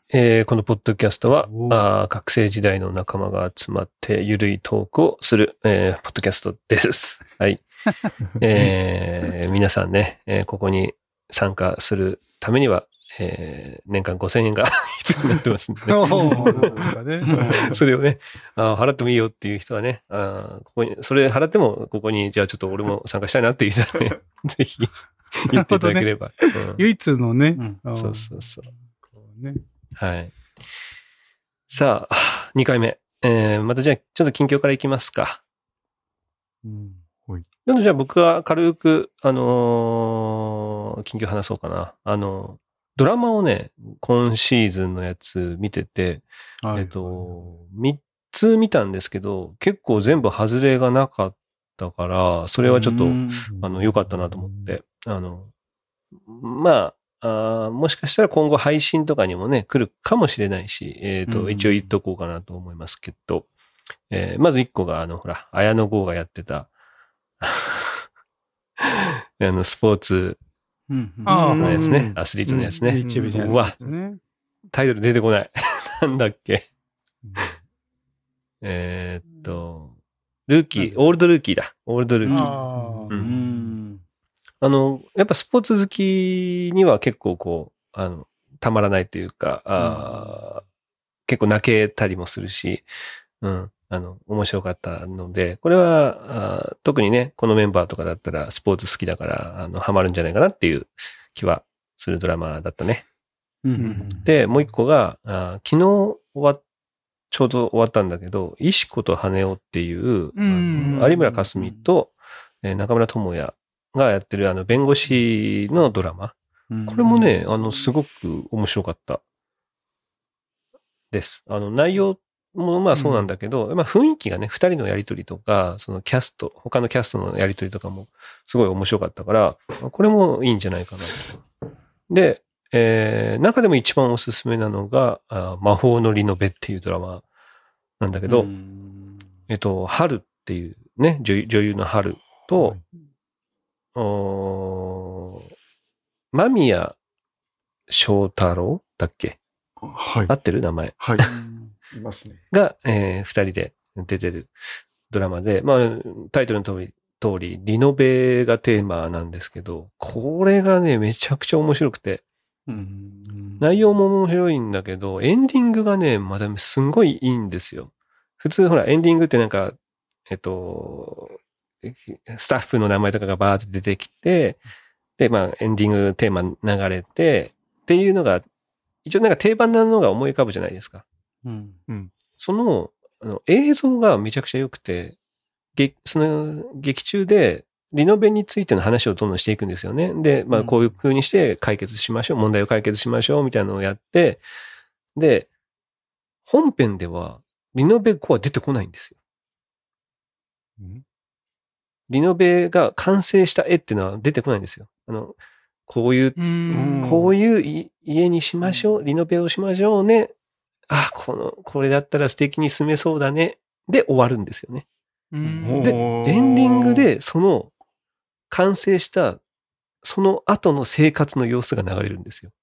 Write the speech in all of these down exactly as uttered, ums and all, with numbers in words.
えー、このポッドキャストは、あ学生時代の仲間が集まってゆるいトークをする、えー、ポッドキャストです。はい。えー、皆さんね、えー、ここに参加するためには、えー、年間ごせんえんが必要になってますんでね。それをねあ、払ってもいいよっていう人はね、あここに、それ払っても、ここに、じゃあちょっと俺も参加したいなっていう人はね、ぜひ言っていただければ。ねうん、唯一のね、 うん。そうそうそう。 こうね、 はい。さあ、にかいめ。えー、またじゃあ、ちょっと近況からいきますか。 うん。はい。 ちょっとじゃあ僕は軽く、あのー、近況話そうかな。あの、ドラマをね、今シーズンのやつ見てて、はい、えっと、みっつ見たんですけど、結構全部外れがなかったから、それはちょっと、あの、良かったなと思って、あの、まあ、あもしかしたら今後配信とかにもね、来るかもしれないし、えっと、一応言っとこうかなと思いますけど、えー、まず一個が、あの、ほら、綾野剛がやってた、あの、スポーツのやつね、アスリートのやつね。うわ、タイトル出てこない。なんだっけ。えーっと、ルーキー、オールドルーキーだ。オールドルーキー。あ,、うん、あの、やっぱスポーツ好きには結構こう、あの、たまらないというか、あ結構泣けたりもするし、うん。あの、面白かったので、これは、特にね、このメンバーとかだったらスポーツ好きだから、あの、ハマるんじゃないかなっていう気はするドラマだったね。うん、で、もう一個が、あ昨日終わっ、ちょうど終わったんだけど、石子と羽男っていう、あの有村架純と、えー、中村智也がやってるあの、弁護士のドラマ。これもね、あの、すごく面白かったです。あの、内容もまあそうなんだけど、うん、まあ雰囲気がね、二人のやりとりとか、そのキャスト、他のキャストのやりとりとかもすごい面白かったから、これもいいんじゃないかなと。で、えー、中でも一番おすすめなのが、あ魔法のリノベっていうドラマなんだけど、えっと、春っていうね、女優、女優の春と、はい、お間宮祥太郎だっけ、はい。合ってる名前。 はい。いますね。 が、えー、二人で出てるドラマで、まあ、タイトルの通り、通り、リノベがテーマなんですけど、これがね、めちゃくちゃ面白くて、うん、内容も面白いんだけど、エンディングがね、まだすんごいいいんですよ。普通、ほら、エンディングってなんか、えっと、スタッフの名前とかがバーって出てきて、で、まあ、エンディングテーマ流れて、っていうのが、一応なんか定番なのが思い浮かぶじゃないですか。うんうん、その、あの映像がめちゃくちゃ良くて、その劇中でリノベについての話をどんどんしていくんですよね。で、まあこういう風にして解決しましょう、問題を解決しましょうみたいなのをやって、で、本編ではリノベ後は出てこないんですよ。うん、リノベが完成した絵っていうのは出てこないんですよ。あの、こういう、うこういう家にしましょう、リノベをしましょうね。あ、この、これだったら素敵に住めそうだね。で終わるんですよね。で、エンディングでその完成したその後の生活の様子が流れるんですよ。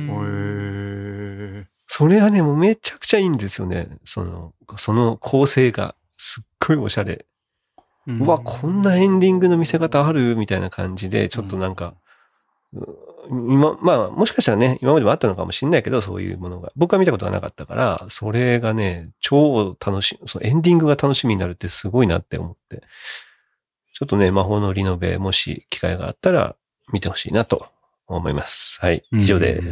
それがね、もうめちゃくちゃいいんですよね。その、その構成がすっごいおしゃれ。うわ、こんなエンディングの見せ方あるみたいな感じで、ちょっとなんか、今、まあ、もしかしたらね、今までもあったのかもしれないけど、そういうものが。僕は見たことがなかったから、それがね、超楽しみ、そのエンディングが楽しみになるってすごいなって思って。ちょっとね、魔法のリノベ、もし機会があったら見てほしいなと思います。はい。以上です。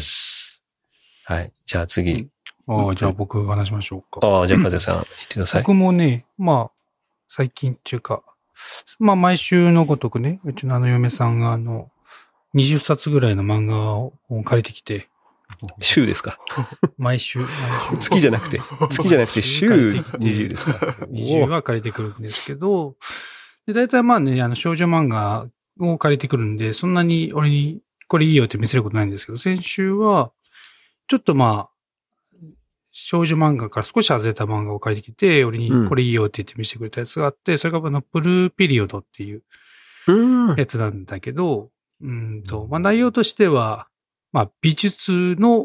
はい。じゃあ次。 ああ、じゃあ僕が話しましょうか。 ああ、じゃあ風さん、言ってください。 僕もね、まあ、最近っていうか、まあ毎週のごとくね、うちのあの嫁さんがあの、にじゅっさつぐらいの漫画を借りてきて。 週ですか？ 毎週、毎週。 月じゃなくて、月じゃなくて週にじゅうですか？ にじゅうは借りてくるんですけど、で、大体まあね、あの少女漫画を借りてくるんで、そんなに俺にこれいいよって見せることないんですけど、先週は、ちょっとまあ、少女漫画から少し外れた漫画を借りてきて、俺にこれいいよって言って見せてくれたやつがあって、うん、それがあの、ブルーピリオドっていうやつなんだけど、うんと、まあ内容としては、まあ美術の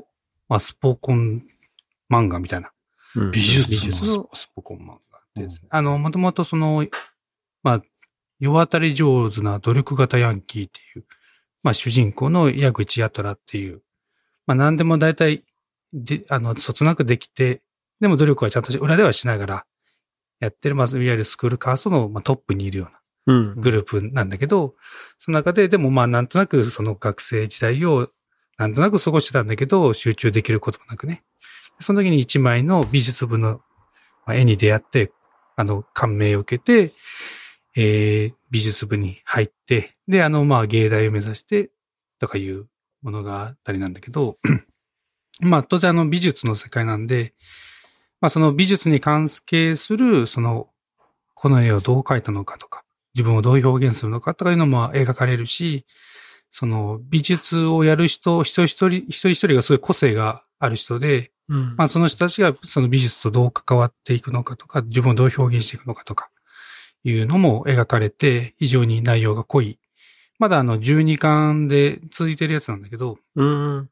まあ、スポコン漫画みたいな。 うん、 美術のスポコン漫画でですね。うん、あの、もともとその、まあ、世渡り上手な努力型ヤンキーっていう、まあ、主人公の矢口やとらっていう、まあ、何でも大体、で、あの、そつなくできて、でも努力はちゃんと裏ではしながらやってる、まず、いわゆるスクールカーストの、まあ、トップにいるようなグループなんだけど、うん、その中で、でもまあ、なんとなくその学生時代を、なんとなく過ごしてたんだけど、集中できることもなくね。その時に一枚の美術部の絵に出会って、あの、感銘を受けて、えー、美術部に入って、で、あの、まあ、芸大を目指して、とかいう物語なんだけど、まあ、当然あの、美術の世界なんで、まあ、その美術に関係する、その、この絵をどう描いたのかとか、自分をどう表現するのかとかいうのも描かれるし、その、美術をやる人、一人一人、一人一人がすごい個性がある人で、うん、まあ、その人たちがその美術とどう関わっていくのかとか、自分をどう表現していくのかとか、いうのも描かれて、非常に内容が濃い。まだあのじゅうにかんで続いてるやつなんだけど、 うん、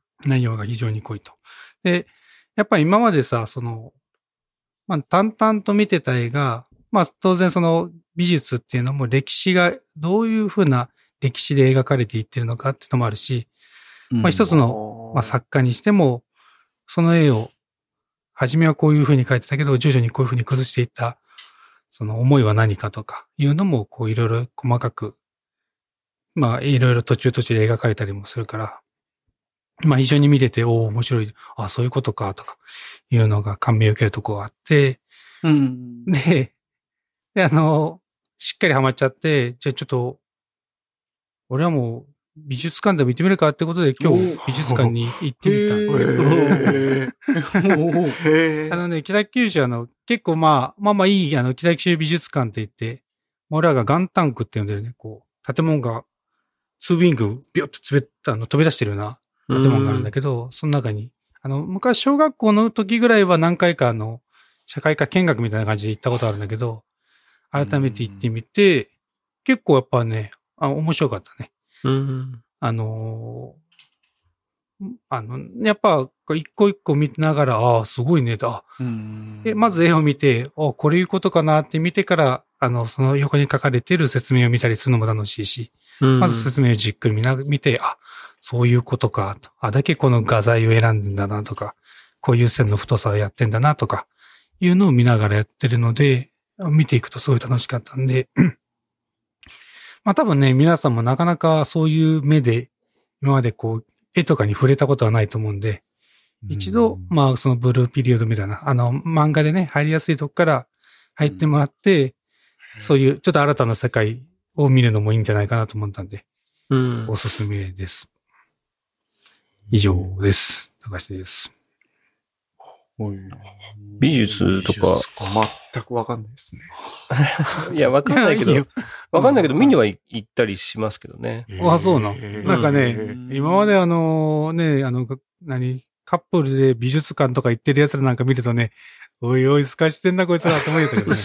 内容が非常に濃いと。で、やっぱり今までさ、その、まあ、淡々と見てた絵が、まあ、当然その美術っていうのも歴史がどういうふうな歴史で描かれていってるのかっていうのもあるし、うん、まあ、一つの、まあ、作家にしても、その絵を、初めはこういうふうに描いてたけど、徐々にこういうふうに崩していった、その思いは何かとかいうのも、こういろいろ細かく、まあいろいろ途中途中で描かれたりもするから、まあ非常に見てて、おお面白い、あそういうことかとかいうのが感銘を受けるところがあって、 うん、 で、で、あの、しっかりハマっちゃって、じゃあちょっと、俺はもう美術館でも行ってみるかってことで今日美術館に行ってみたんです。あのね、北九州あの結構まあ、まあまあいいあの北九州美術館って言って、俺らがガンタンクって呼んでるね、こう、建物がツーウィングビョッとつべあの飛び出してるような建物があるんだけど、その中に、あの、昔小学校の時ぐらいは何回かあの、社会科見学みたいな感じで行ったことあるんだけど、改めて行ってみて、結構やっぱね、あ面白かったね。 うん、 あのー、あの、やっぱ一個一個見ながら、ああ、すごいね、あ、でまず絵を見て、あこれいうことかなって見てから、あの、その横に書かれている説明を見たりするのも楽しいし、うん、まず説明をじっくり見な、見て、あ、そういうことか、と。あ、だけこの画材を選んでんだなとか、こういう線の太さをやってんだなとか、いうのを見ながらやってるので、見ていくとすごい楽しかったんで、まあ多分ね、皆さんもなかなかそういう目で、今までこう、絵とかに触れたことはないと思うんで、一度、まあそのブルーピリオドみたいな、あの漫画でね、入りやすいとこから入ってもらって、うん、そういうちょっと新たな世界を見るのもいいんじゃないかなと思ったんで、うん、おすすめです。以上です。高橋です。 美術とか。 全くわかんないですね。 いや、わかんないけど、わかんないけど、見には行ったりしますけどね。 あ、そうな。なんかね、今まであの、ね、あの、何、カップルで美術館とか行ってる奴らなんか見るとね、おいおい、すかしてんな、こいつらと思うよったけどね。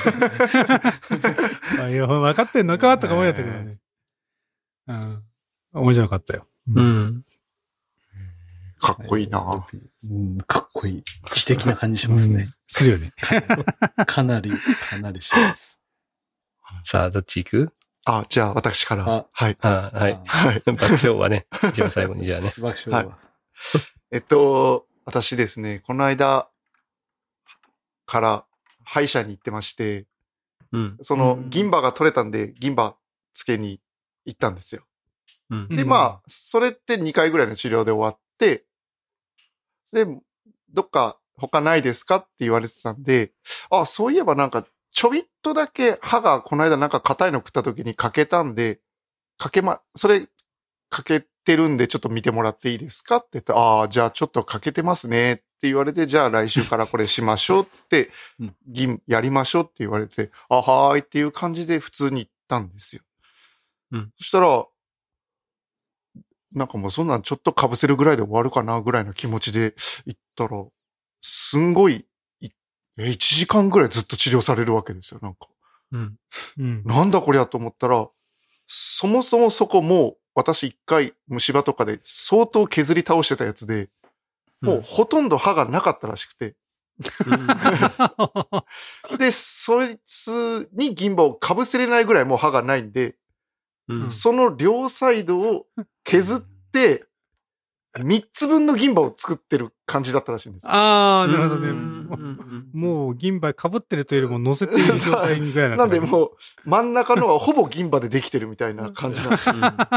いや、わかってんのかとか思うよったけどね。うん。面白かったよ。 うん。 かっこいいな、 うん、かっこいい。知的な感じしますね。うん、 するよね。 かなり、かなりします。 さあ、どっち行く？ あ、じゃあ私から。はい。 ははい。はい。爆笑はね、一番最後にじゃあね。 爆笑は。はい、 えっと、私ですね、この間から歯医者に行ってまして、 うん、 その銀歯が取れたんで銀歯つけに行ったんですよ。 うん、 で、まあ、それってにかいぐらいの治療で終わって、で、どっか他ないですかって言われてたんで、あ、そういえばなんかちょびっとだけ歯がこの間なんか硬いの食った時に欠けたんで、欠けま、それ欠けてるんでちょっと見てもらっていいですかって言って、ああ、じゃあちょっと欠けてますねって言われて、じゃあ来週からこれしましょうって、銀やりましょうって言われて、あ、はーいっていう感じで普通に行ったんですよ。 うん。 そしたら、なんかもうそんなんちょっと被せるぐらいで終わるかなぐらいの気持ちで行ったら、すんごい、いちじかんぐらいずっと治療されるわけですよ、なんか。 うん。 うん、 なんだこりゃと思ったら、そもそもそこもう私一回虫歯とかで相当削り倒してたやつで、 もうほとんど歯がなかったらしくて。で、そいつに銀歯を被せれないぐらいもう歯がないんで、うん、その両サイドを削って、三つ分の銀歯を作ってる感じだったらしいんですよ。 ああ、なるほどね。もう銀歯被ってるというよりも乗せている状態ぐらいななんでもう真ん中のはほぼ銀歯でできてるみたいな感じなんですよ。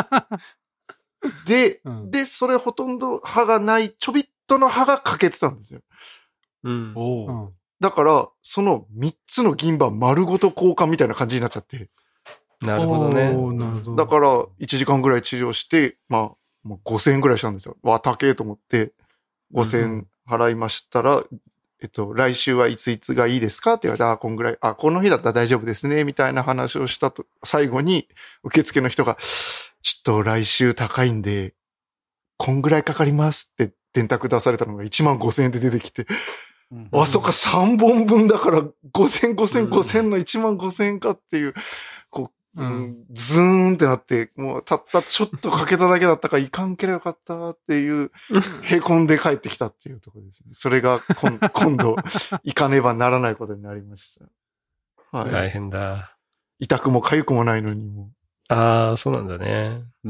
で、うん、で、それほとんど歯がないちょびっとの歯が欠けてたんですよ。うん、おだから、その三つの銀歯丸ごと交換みたいな感じになっちゃって。 なるほどね。 だから、いちじかんぐらい治療して、まあ、もうごせんえんぐらいしたんですよ。わ、高えと思って、ごせんえん払いましたら、うん、えっと、来週はいついつがいいですかって言われて、あ、こんぐらい、あ、この日だったら大丈夫ですね、みたいな話をしたと、最後に、受付の人が、ちょっと来週高いんで、こんぐらいかかりますって電卓出されたのがいちまんごせんえんで出てきて、うん、あ、そっか、さんぼんぶんだからごせん、ごせん、ごせんのいちまんごせんえんかっていう、こう、うん、ズーンってなって、もうたったちょっとかけただけだったからいかんければよかったっていう、へこんで帰ってきたっていうところですね。それが今今度、行かねばならないことになりました。 はい、大変だ。 痛くも痒くもないのにも。 ああ、そうなんだね。 うん。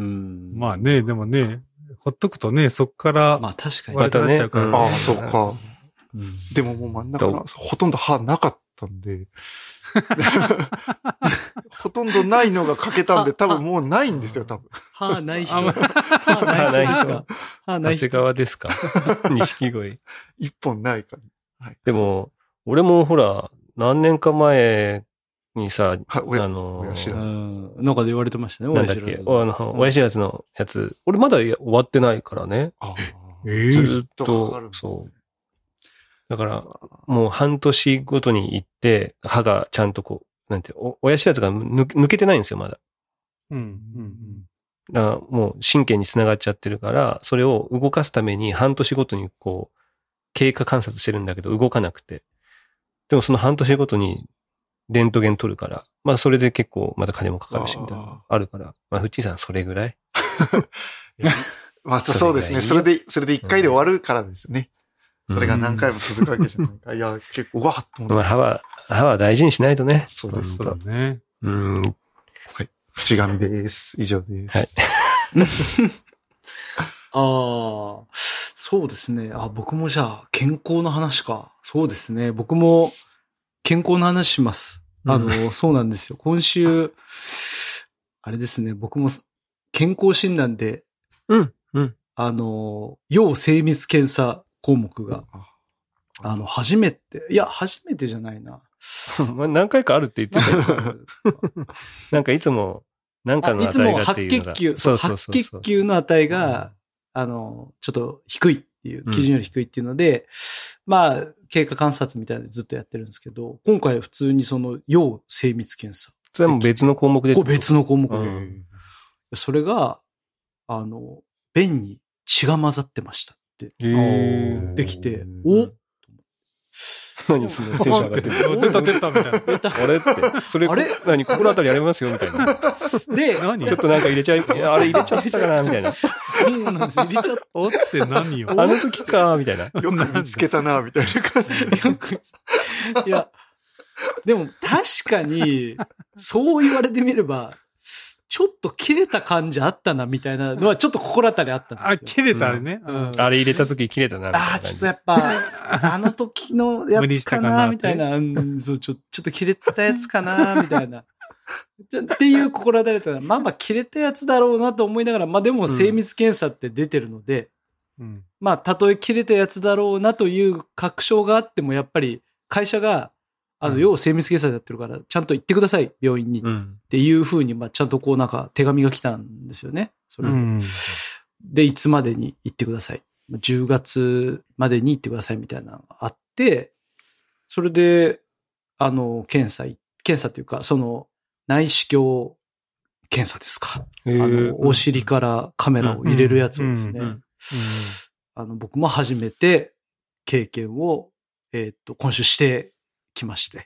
まあね、でもね、ほっとくとね、そっから、 まあ確かに。 悪くなっちゃうから、 ね。ああ、そっか。うん、でももう真ん中の、ほとんど歯なかったんで、ほとんどないのが欠けたんで、多分もうないんですよ、多分。 歯ない人。歯ない人ですか？ 歯ない人。長谷川ですか？錦鯉。 一本ないから。 はい、でも、俺もほら、何年か前にさ、あの、 親知らず。 なんかで言われてましたね、 親知らず。なんだっけ、あの、親知らずのやつ。俺まだ終わってないからね。あえー、ずっと、そう。だから、もう半年ごとに行って、歯がちゃんとこう、なんていう、親知らずが抜けてないんですよ、まだ。うん。うんうん、だからもう神経につながっちゃってるから、それを動かすために半年ごとにこう、経過観察してるんだけど動かなくて。でもその半年ごとにレントゲン取るから、まあそれで結構また金もかかるし、みたいなあるから。まあ、フッチーさんそれぐらいまあそうですね。それで、それで一回で終わるからですね。それが何回も続くわけじゃないか。いや、結構、うわっと思って。 まあ、歯は、歯は大事にしないとね。 そうです。 そうだね。 うん。はい。淵上です。以上です。はい。 ああ、そうですね。あ、僕もじゃあ、健康の話か。そうですね。僕も、健康の話します。あの、うん、そうなんですよ。今週、あれですね。僕も、健康診断で、 うん、うん。 あの、要精密検査項目が、あの、初めて、いや、初めてじゃないな。 まあ何回かあるって言ってたよ。なんかいつも、なんかの値がっていうのが。 いつも白血球、そうそうそう白血球の値が、うん、あの、ちょっと低いっていう、基準より低いっていうので、うん、まあ、経過観察みたいなのでずっとやってるんですけど、今回普通にその、要精密検査。 それはもう別の項目です。 別の項目で、うん。それが、あの、便に血が混ざってました。できて、お何そのテンション上がってる出た出たみたいな。出た。 あれって、それ、あれ何心当たりありますよみたいな。 で、 何ちょっとなんか入れちゃい、あれ入れちゃったかなみたいな。 そうなんです。入れちゃった。 おって何よ。 あの時か、みたいな。 よく見つけたな、みたいな感じで。よく、 いや、でも確かに、そう言われてみれば、ちょっと切れた感じあったな、みたいなのは、ちょっと心当たりあったんですよ。 あ、切れたね。 うん。あれ入れた時切れたな、みたいな。 あ、ちょっとやっぱ、あの時のやつかな、みたいな。うん、そう、ちょ、ちょっと切れたやつかな、みたいな。っていう心当たりだったら、まあまあ切れたやつだろうなと思いながら、まあでも精密検査って出てるので、うん、まあたとえ切れたやつだろうなという確証があっても、やっぱり会社が、あの、要精密検査やってるから、ちゃんと行ってください、病院に。うん、っていう風に、まあ、ちゃんとこうなんか手紙が来たんですよね。それで。うん、で、いつまでに行ってください。じゅうがつまでに行ってくださいみたいなのがあって、それで、あの、検査、検査っていうか、その、内視鏡検査ですか。あの、お尻からカメラを入れるやつをですね。あの、僕も初めて経験を、えー、っと、今週して、来まして。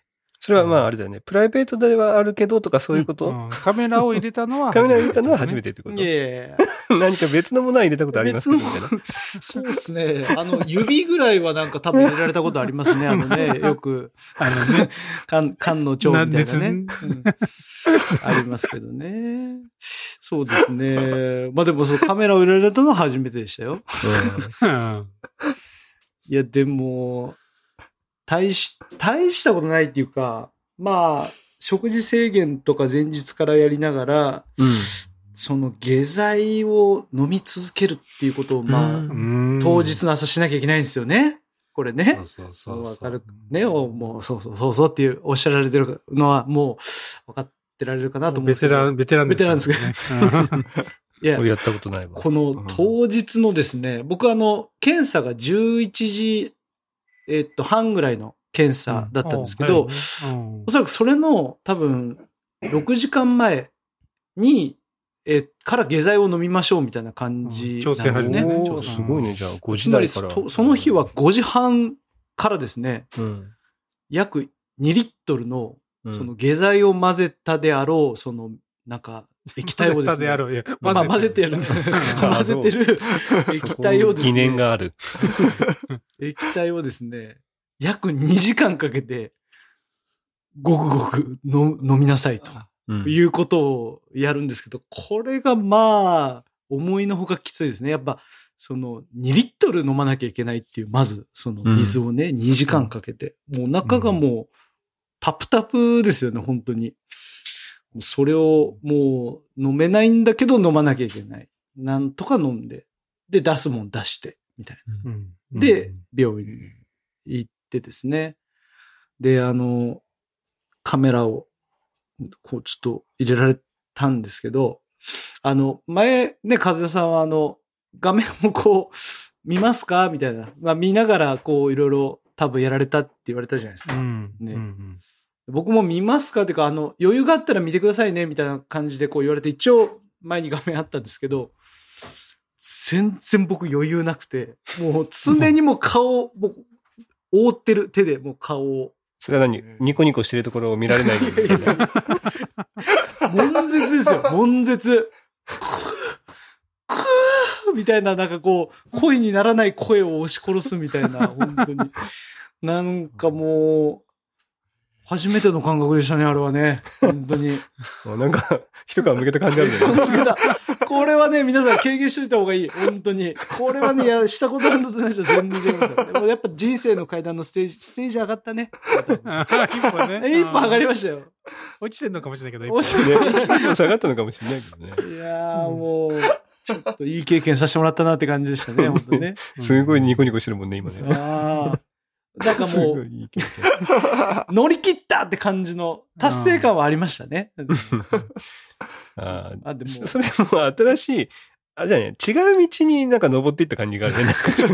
それはまああれだよね。プライベートではあるけどとかそういうこと、 うんうん、カメラを入れたのはカメラを入れたのは初めてってこと。 いやいや何か別のものは入れたことありますかみたいな。 そうですね。あの、指ぐらいはなんか多分入れられたことありますね。あのね、よく、あのね、缶、缶の蝶みたいなね、うん。ありますけどね。そうですね。まあでもそうカメラを入れられたのは初めてでしたよ。うん、いや、でも、大し、大したことないっていうか、まあ、食事制限とか前日からやりながら、うん、その下剤を飲み続けるっていうことを、まあ、当日の朝しなきゃいけないんですよね。これね。そうそうそう。わかる。ね、もう、そうそうそうそうっていうおっしゃられてるのは、もう、分かってられるかなと思うんですけど。 ベテラン、ベテランですね。ベテランですね。 いや、やったことないわ。 この当日のですね、僕あの、検査がじゅういちじ、えっと、半ぐらいの検査だったんですけど、うんうん、おそらくそれの多分、ろくじかんまえに、え、から下剤を飲みましょうみたいな感じなんですね。 うん、すごいね、じゃあごじ台から。 つまり、その日はごじはんからですね、うん、約にリットルの、その下剤を混ぜたであろう、その、なんか、液体をですね。混ぜたであろう。いやまあ、混ぜてやるんだ。混ぜてる液体をですね。 疑念がある。 液体をですね、約にじかんかけて、ごくごくの飲みなさいと、うん、いうことをやるんですけど、これがまあ、思いのほかきついですね。やっぱ、その、にリットル飲まなきゃいけないっていう、まず、その水をね、うん、にじかんかけて。もうお腹がもう、タプタプですよね、本当に。それをもう飲めないんだけど飲まなきゃいけない。なんとか飲んで。で、出すもん出して、みたいな。うんうん、で、病院に行ってですね。で、あの、カメラを、こう、ちょっと入れられたんですけど、あの、前、ね、和也さんはあの、画面をこう、見ますかみたいな。まあ見ながら、こう、いろいろ多分やられたって言われたじゃないですか。うんねうんうん僕も見ますかっていうか、あの、余裕があったら見てくださいね、みたいな感じでこう言われて、一応前に画面あったんですけど、全然僕余裕なくて、もう常にもう顔、もう覆ってる手でもう顔を。 それは何ニコニコしてるところを見られないでみたいな。 悶絶ですよ、悶絶。クー、クーみたいな、なんかこう、声にならない声を押し殺すみたいな、本当に。なんかもう、初めての感覚でしたね、あれはね。本当に。 なんか、一皮向けた感じあるんだよね。 これはね、皆さん経験しといた方がいい。本当に。これはね、やしたことあるのとない人は全然違いますよ。でもやっぱ人生の階段のステージ、ステージ上がったね。一歩ね。一歩上がりましたよ。 落ちてんのかもしれないけど、 落ちてね。一歩下がったのかもしれないけどね。いやーもう、ちょっといい経験させてもらったなって感じでしたね、本当にね。 すごいニコニコしてるもんね、今ね。ああ。なんかもう、いい乗り切ったって感じの達成感はありましたね。 ああでもそれも新しい、あれじゃね、違う道になんか登っていった感じがあるね。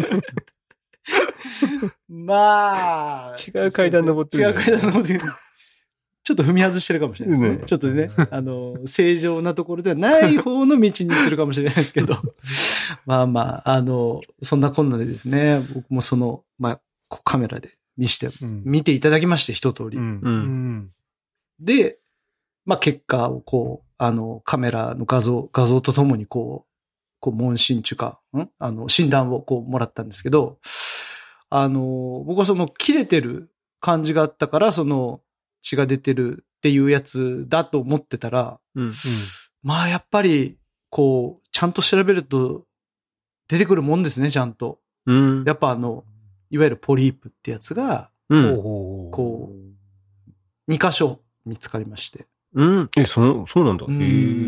まあ。 違う階段登ってる、 ね。違う階段登ってる。ちょっと踏み外してるかもしれないですね。ねちょっとね、あの、正常なところではない方の道に行ってるかもしれないですけど。まあまあ、あの、そんなこんなでですね、僕もその、まあ、カメラで見して、うん、見ていただきまして、一通り。うんうん、で、まあ、結果をこう、あの、カメラの画像、画像とともにこう、こう、問診中か、んあの、診断をこう、もらったんですけど、あの、僕はその、切れてる感じがあったから、その、血が出てるっていうやつだと思ってたら、うんうん、まあ、やっぱり、こう、ちゃんと調べると、出てくるもんですね、ちゃんと。うん、やっぱあの、いわゆるポリープってやつが、うん、こう、に箇所見つかりまして。 うん。え、そう、そうなんだ。うん、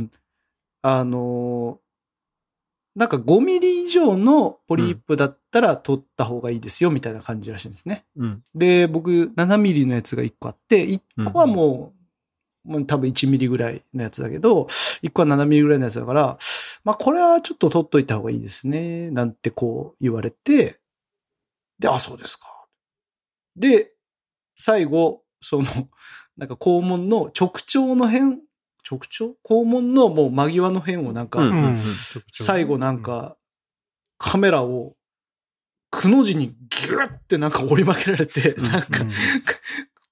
あの、なんかごミリ以上のポリープだったら取った方がいいですよ、みたいな感じらしいんですね。うん、で、僕、ななミリのやつがいっこあって、いっこはもう、うん、もう多分いちミリぐらいのやつだけど、いっこはななミリぐらいのやつだから、まあこれはちょっと取っといた方がいいですね、なんてこう言われて、で、あ、そうですか。で、最後、その、なんか肛門の直腸の辺、直腸肛門のもう間際の辺をなんか、うんうん、最後なんか、カメラを、くの字にギュッてなんか折り曲げられて、なんか、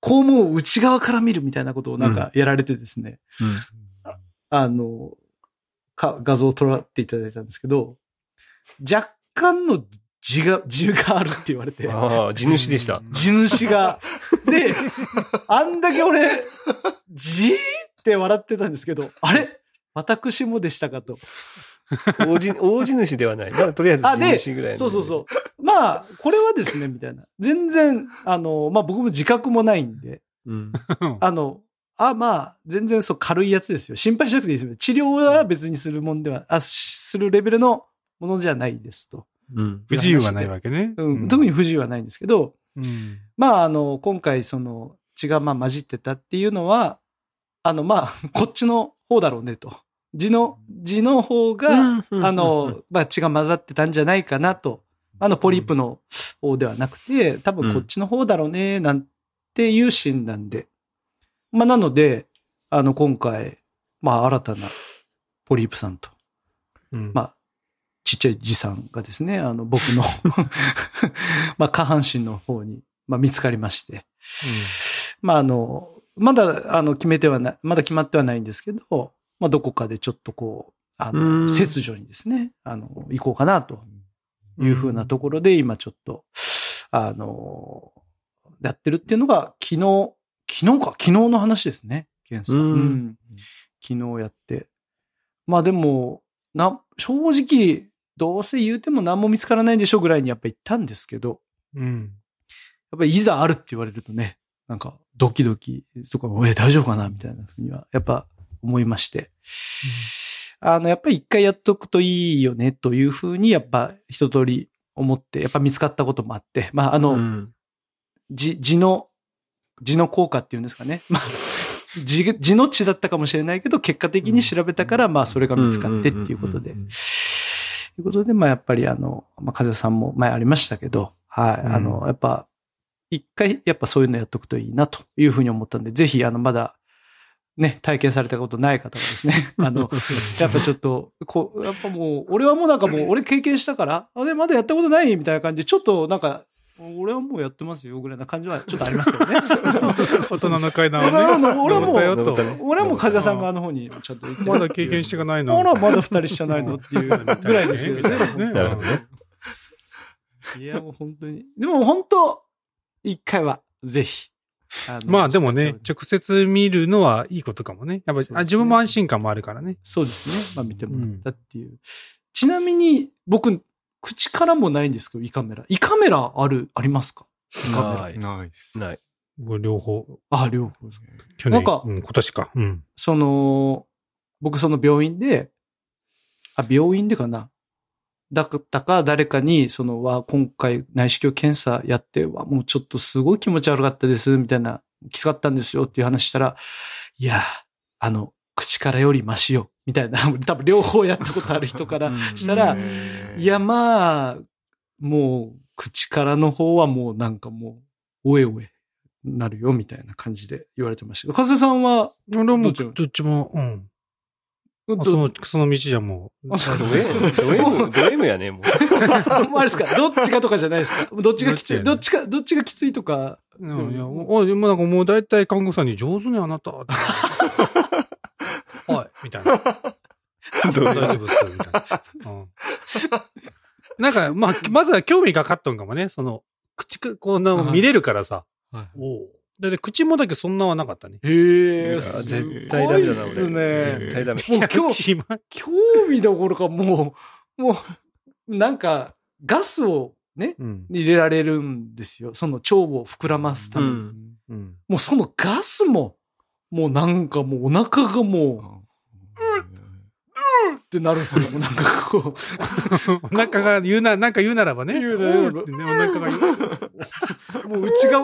肛門を内側から見るみたいなことをなんかやられてですね。 うん。 あの、か、画像を撮らっていただいたんですけど、若干の字が、字があるって言われて。 ああ、地主でした。 地主が。で、あんだけ俺、じーって笑ってたんですけど、あれ私もでしたかと。 大地、大地主ではない。まあ、とりあえず地主ぐらいの。 そうそうそう。まあ、これはですね、みたいな。全然、あの、まあ僕も自覚もないんで、うん、あの、あ、まあ、全然そう軽いやつですよ。心配しなくていいですよ。治療は別にするもんでは、あ、するレベルのものじゃないですと。 うん。不自由はないわけね。 うん。特に不自由はないんですけど、うん、まあ、あの、今回その血がまあ混じってたっていうのは、あの、まあ、こっちの方だろうねと。字の、字の方が、あの、まあ、血が混ざってたんじゃないかなと。あの、ポリープの方ではなくて、多分こっちの方だろうね、なんていう診断で。まあ、なので、あの、今回、まあ、新たなポリープさんと、うん、まあ、ちっちゃい字さんがですね、あの、僕の、まあ、下半身の方に、まあ、見つかりまして。うん、まあ、あの、まだ、あの、決めてはない、まだ決まってはないんですけど、まあ、どこかでちょっとこう、あの、切除にですね、あの、行こうかなというふうなところで、今ちょっと、あの、やってるっていうのが、昨日、昨日か、昨日の話ですね、検査。うんうん、昨日やって。まあでも、な、正直、どうせ言うても何も見つからないんでしょぐらいにやっぱ言ったんですけど、うん、やっぱりいざあるって言われるとね、なんか、ドキドキ、そこは、え、大丈夫かなみたいなふうには、やっぱ思いまして。うん、あの、やっぱり一回やっとくといいよね、というふうに、やっぱ一通り思って、やっぱ見つかったこともあって、まあ、あの、うん、字、字の、字の効果っていうんですかね。まあ、字、字の血だったかもしれないけど、結果的に調べたから、まあ、それが見つかってっていうことで。ということで、まあ、やっぱりあの、まあ、風さんも前ありましたけど、はい、うん、あの、やっぱ、一回、やっぱそういうのやっとくといいな、というふうに思ったんで、ぜひ、あの、まだ、ね、体験されたことない方がですね、あの、やっぱちょっと、こう、やっぱもう、俺はもうなんかもう、俺経験したから、あれ、まだやったことないみたいな感じで、ちょっとなんか、俺はもうやってますよ、ぐらいな感じはちょっとありますけどね。 大人の階段をね。 俺はもう、俺はもう風さん側の方にちょっと言って。 まだ経験してがないの。 俺はまだ二人しかないのっていうぐらいですけどね。なるほどね。いや、もう本当に。でも本当、一回は、ぜひ。 まあでもね、直接見るのはいいことかもね。やっぱり、ね、自分も安心感もあるからね。 そうですね。まあ見てもらったっていう。うん、ちなみに、僕、口からもないんですけど、胃カメラ。胃カメラある、ありますか？胃カメラ。 ない。ない。 ない。 両方。 あ、両方ですね。 去年。なんか、うん、今年か。うん。 その、僕その病院で、あ、病院でかな。だったか誰かに、その、は、今回内視鏡検査やって、は、もうちょっとすごい気持ち悪かったです、みたいな、きつかったんですよっていう話したら、いや、あの、口からよりマシよ、みたいな、多分両方やったことある人からしたら、いや、まあ、もう、口からの方はもうなんかもう、おえおえ、なるよ、みたいな感じで言われてました。かずさんは、 俺もどっちも、うん。その、その道じゃもう。 ド M、ド M やね、もう。 もうあれですか、どっちがとかじゃないですか。どっちがきつい、どっちか、どっちがきついとか。 いや、いや、もうなんかもう大体看護師さんに上手ね、あなた。はい、みたいな。大丈夫っす、みたいな。うん、なんか、まあ、まずは興味がかかっとんかもね、その、口か、こうな、見れるからさ。はい、おうで、口もだけそんなはなかったね。 へえ、 絶対ダメだな、 俺。ね。 絶対ダメ。 もう興味、興味どころかもう、もう、なんか、ガスをね、うん、入れられるんですよ。その腸を膨らますために。うんうん、もうそのガスも、もうなんかもうお腹がもう、うん、うんってなるんですよ。もうなんかこう。 お腹が言うな、なんか言うならばね。言うならば。ってね、お腹が言う。 もう内側、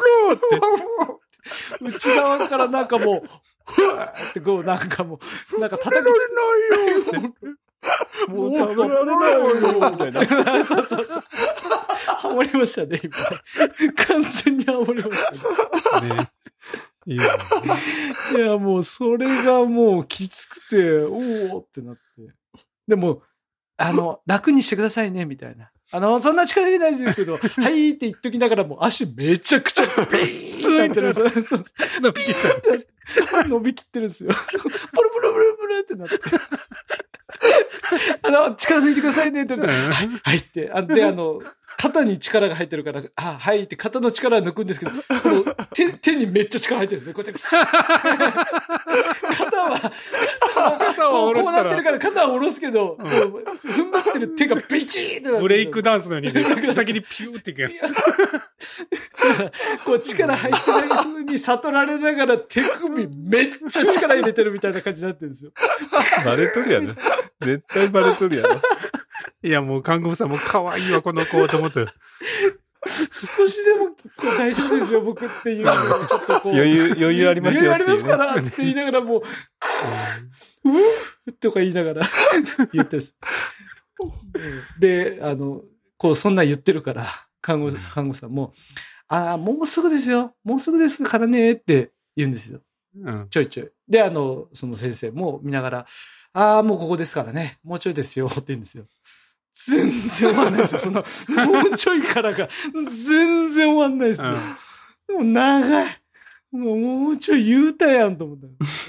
内側からなんかもう、ふわーってこうなんかもう、なんか叩きつけないよって。もう食べられないよみたいな。そうそうそう。ハモりましたね、今。完全にハモりましたね。ねいや, いやもうそれがもうきつくて、おーってなって。でも、あの、楽にしてくださいね、みたいな。 あの、そんな力入れないんですけど、はいって言っときながらもう足めちゃくちゃピーンってなってるんですよ。そうそう伸びきって伸びきってるんですよ。ブルブルブルブルってなって。あの、力抜いてくださいねって言って、はい、はいって。あで、あの、肩に力が入ってるから、あ、はいって肩の力抜くんですけど、この手、手にめっちゃ力入ってるんですね。こうやって。肩は、肩はこう、こうなってるから肩は下ろすけど、うん、踏ん張ってる手がビチーってなってる。 ブレイクダンスのように、ね、先にピューっていくやん。 こう力入ってない風に悟られながら手首めっちゃ力入れてるみたいな感じになってるんですよ。 バレとるやろ。絶対バレとるやろ。 いや、もう、看護婦さんも可愛いわ、この子、と思って。 少しでも、こう、大丈夫ですよ、僕っていうのを、ちょっとこう。 余裕、余裕ありますよ、 余裕ありますから、って言いながら、もう、うぅとか言いながら、言ってです。で、あの、こう、そんな言ってるから、看護、看護師さんも、ああ、もうすぐですよ、もうすぐですからね、って言うんですよ。うん、ちょいちょい。で、あの、その先生も見ながら、ああ、もうここですからね。もうちょいですよ。って言うんですよ。全然終わんないですよ。その、もうちょいからが、全然終わんないですよ。うん、もう長い。もう、もうちょい言うたやんと思った。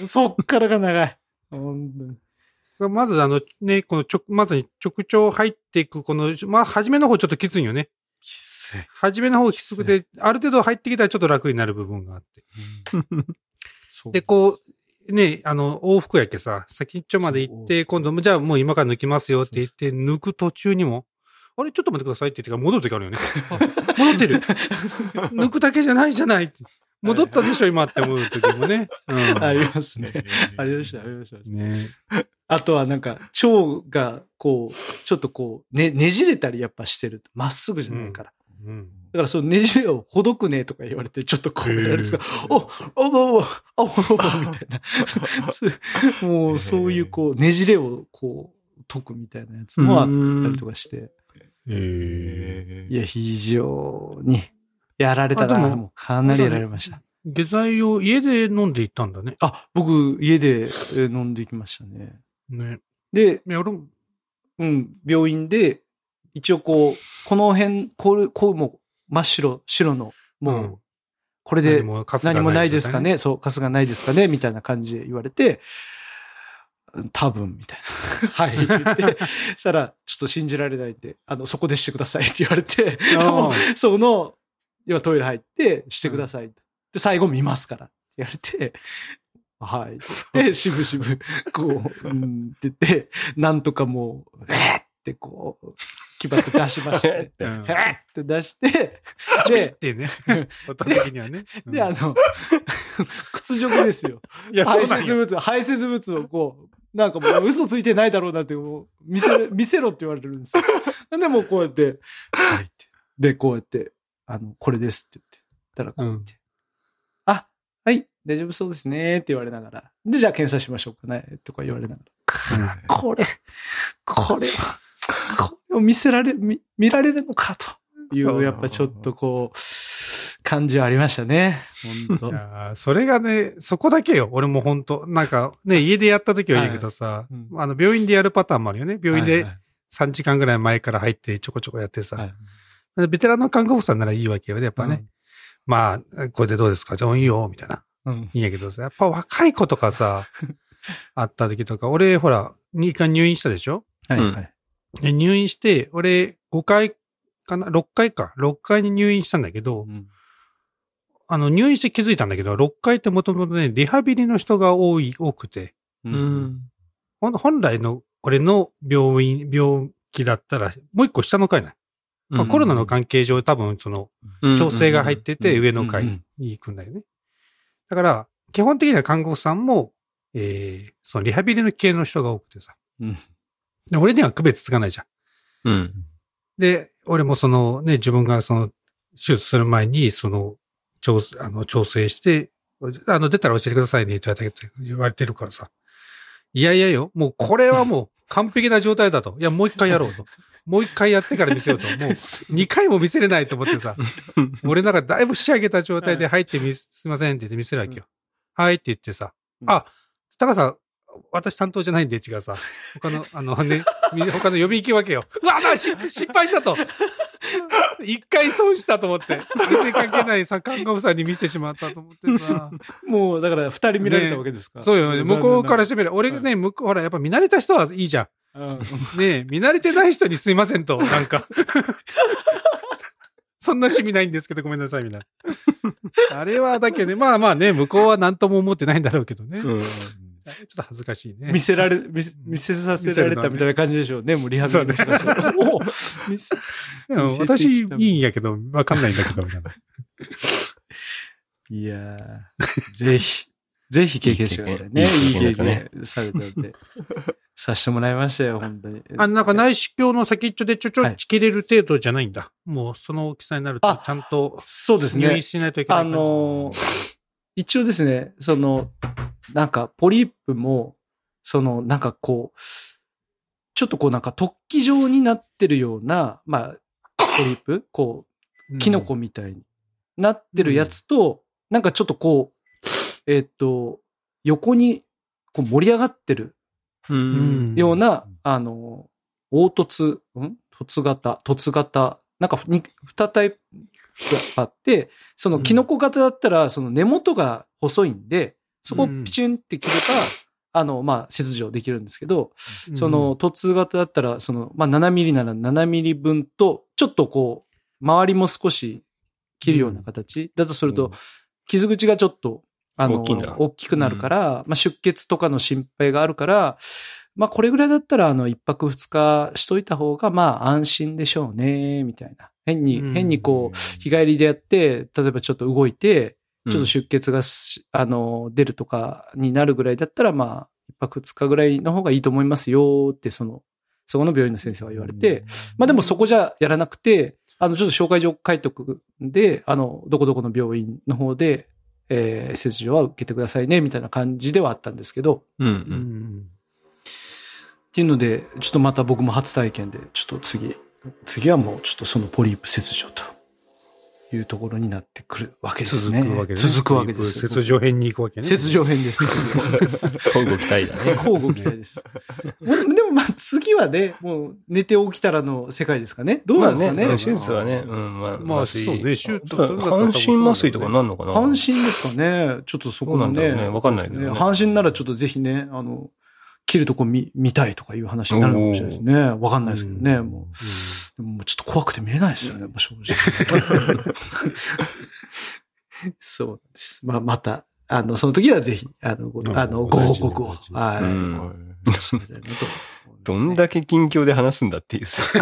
そっからが長い。本当に。 まずあのね、このちょ、まずに直腸入っていく、この、まあ、初めの方ちょっときついよね。 きつい。 初めの方きつくて、ある程度入ってきたらちょっと楽になる部分があって。うん、で、こう、ね、あの、往復やけさ、先っちょまで行って、今度、じゃあもう今から抜きますよって言って、抜く途中にも、あれ、ちょっと待ってくださいって言ってから戻るときあるよね。戻ってる。抜くだけじゃないじゃない。戻ったでしょ、今って思うときもね。 うん、ありますね。ありました、ありました。ね。あとはなんか、腸が、こう、ちょっとこう、ね、ねじれたりやっぱしてる。まっすぐじゃないから。うんうん、だからそのねじれをほどくねとか言われて、ちょっとこうやるんですが、お、お、お、お、お、お、みたいな。もうそういうこう、ねじれをこう、解くみたいなやつもあったりとかして。えー、いや、非常にやられたな。もうかなりやられました。 下剤を家で飲んでいったんだね。 あ、僕、家で飲んでいきましたね。 ね。 で、うん、病院で、一応こう、この辺、こう、こうもう真っ白、白の、もう、これで何もないですかね、そう、カスがないですかねみたいな感じで言われて、多分、みたいな。はい、って言って、したら、ちょっと信じられないんで、あの、そこでしてくださいって言われて、その、要はトイレ入って、してください。うん、で、最後見ますからって言われて、はい。で、しぶしぶ、こう、うんって言って、なんとかもう、えーってこう、気張って出しまして、えーって出して、 で、ってね、音的にはね。 で、あの、屈辱ですよ。いや、排泄物、排泄物をこう、なんかもう嘘ついてないだろうなって、もう、見せ、見せろって言われるんですよ。で、もうこうやって、はいって。で、こうやって、あの、これですって言って。たらこうやって、うん、あ、はい、大丈夫そうですねって言われながら。で、じゃあ検査しましょうかねとか言われながら。うん、これ、これは、これを見せられ、見、見られるのかという、やっぱちょっとこう、感じはありましたね。本当。 いやそれがね、そこだけよ。俺も本当なんかね、家でやった時はいいけどさ、はいうん、あの、病院でやるパターンもあるよね。病院でさんじかんぐらい前から入ってちょこちょこやってさ。はいはい、ベテランの看護婦さんならいいわけよね、やっぱね。うん、まあ、これでどうですかじゃあいいよ、みたいな。うん、いいんやけどさ、やっぱ若い子とかさ、あった時とか、俺、ほら、にかい入院したでしょはい、はい。で入院して、俺、ごかいかな ?ろっ 回か。ろっかいに入院したんだけど、うん、あの、入院して気づいたんだけど、ろっかいってもともとね、リハビリの人が多い、多くて、うん、本来の俺の病院、病気だったら、もう一個下の階ない。まあ、コロナの関係上多分その調整が入ってて上の階に行くんだよね。だから基本的には看護婦さんも、えー、そのリハビリの系の人が多くてさ。うん、で俺には区別つかないじゃん。うん、で、俺もそのね、自分がその手術する前にその調、あの調整して、あの出たら教えてくださいねって言われてるからさ。いやいやよ、もうこれはもう完璧な状態だと。いや、もう一回やろうと。もう一回やってから見せようと。もう二回も見せれないと思ってさ。俺なんかだいぶ仕上げた状態で入ってみ、すいませんって言って見せるわけよ。はいって言ってさ。あ、高さん、 私担当じゃないんで、違うさ。他の、あのね、他の予備行きわけよ。うわ、まあ、失敗したと。一回損したと思って。全然関係ないさ、看護婦さんに見せてしまったと思ってさ。 もう、だから二人見られたわけですか、 ね、そうよね。向こうからしてみれば、俺ね、向こう、ほら、やっぱ見慣れた人はいいじゃん。うん、ね見慣れてない人にすいませんと、なんか。そんな趣味ないんですけど、ごめんなさい、みんな。あれはだけね、まあまあね、向こうは何とも思ってないんだろうけどね。うん、ちょっと恥ずかしいね。 見せられ、見せ、見せさせられたみたいな感じでしょうね、もうリハビリの人たち。もう、見せ、 私、いいんやけど、わかんないんだけど、みたいな。 いやー、ぜひ、ぜひ経験してくださいね。いい経験されたんで。させてもらいましたよ、本当に。 あ、なんか内視鏡の先っちょでちょちょち切れる程度じゃないんだ。はい、もうその大きさになると、ちゃんと、 そうですね。 入院しないといけない。 あのー、一応ですね、その、なんかポリープも、その、なんかこう、ちょっとこうなんか突起状になってるような、まあ、ポリープこう、キノコみたいになってるやつと、うん、なんかちょっとこう、えっと、横にこう盛り上がってる、うん、ような、あの、凹凸、ん凸型、凸型、なんかに、二タイプがあって、そのキノコ型だったら、その根元が細いんで、そこをピチュンって切れば、うん、あの、まあ、切除できるんですけど、うん、その凸型だったら、その、まあ、ななミリならななミリ分と、ちょっとこう、周りも少し切るような形、うん、だとすると、傷口がちょっと、あの、大きくなるから、うん、まあ、出血とかの心配があるから、まあ、これぐらいだったら、あの、一泊二日しといた方が、まあ、安心でしょうね、みたいな。変に、うん、変にこう、日帰りでやって、例えばちょっと動いて、ちょっと出血が、うん、あの、出るとかになるぐらいだったら、まあ、一泊二日ぐらいの方がいいと思いますよ、って、その、そこの病院の先生は言われて、うん、まあでもそこじゃやらなくて、あの、ちょっと紹介状書いとくんで、あの、どこどこの病院の方で、えー、切除は受けてくださいね、みたいな感じではあったんですけど。うんうん、っていうので、ちょっとまた僕も初体験で、ちょっと次、次はもうちょっとそのポリープ切除というところになってくるわけですね。 続くわけです。 続くわけです。 切除編に行くわけね。 切除編です。 交互期待だね。 交互期待です。でもまあ次はね、もう寝て起きたらの世界ですかね。どうなんですかね。 まあ、ね手術はね、うん、まあ、 まあそうね、手術半身麻酔とかなんのかな。 半身ですかね。ちょっとそこのね。 ね、わかんないけどね。 半身ならちょっとぜひね、あの、切るとこ見、見たいとかいう話になるかもしれないですね。わかんないですけどね。もう、でもちょっと怖くて見れないですよね、正直。そうです。まあ、また、あの、その時はぜひ、あの、ご、あの、ご報告を。はい。 どんだけ近況で話すんだっていうさ。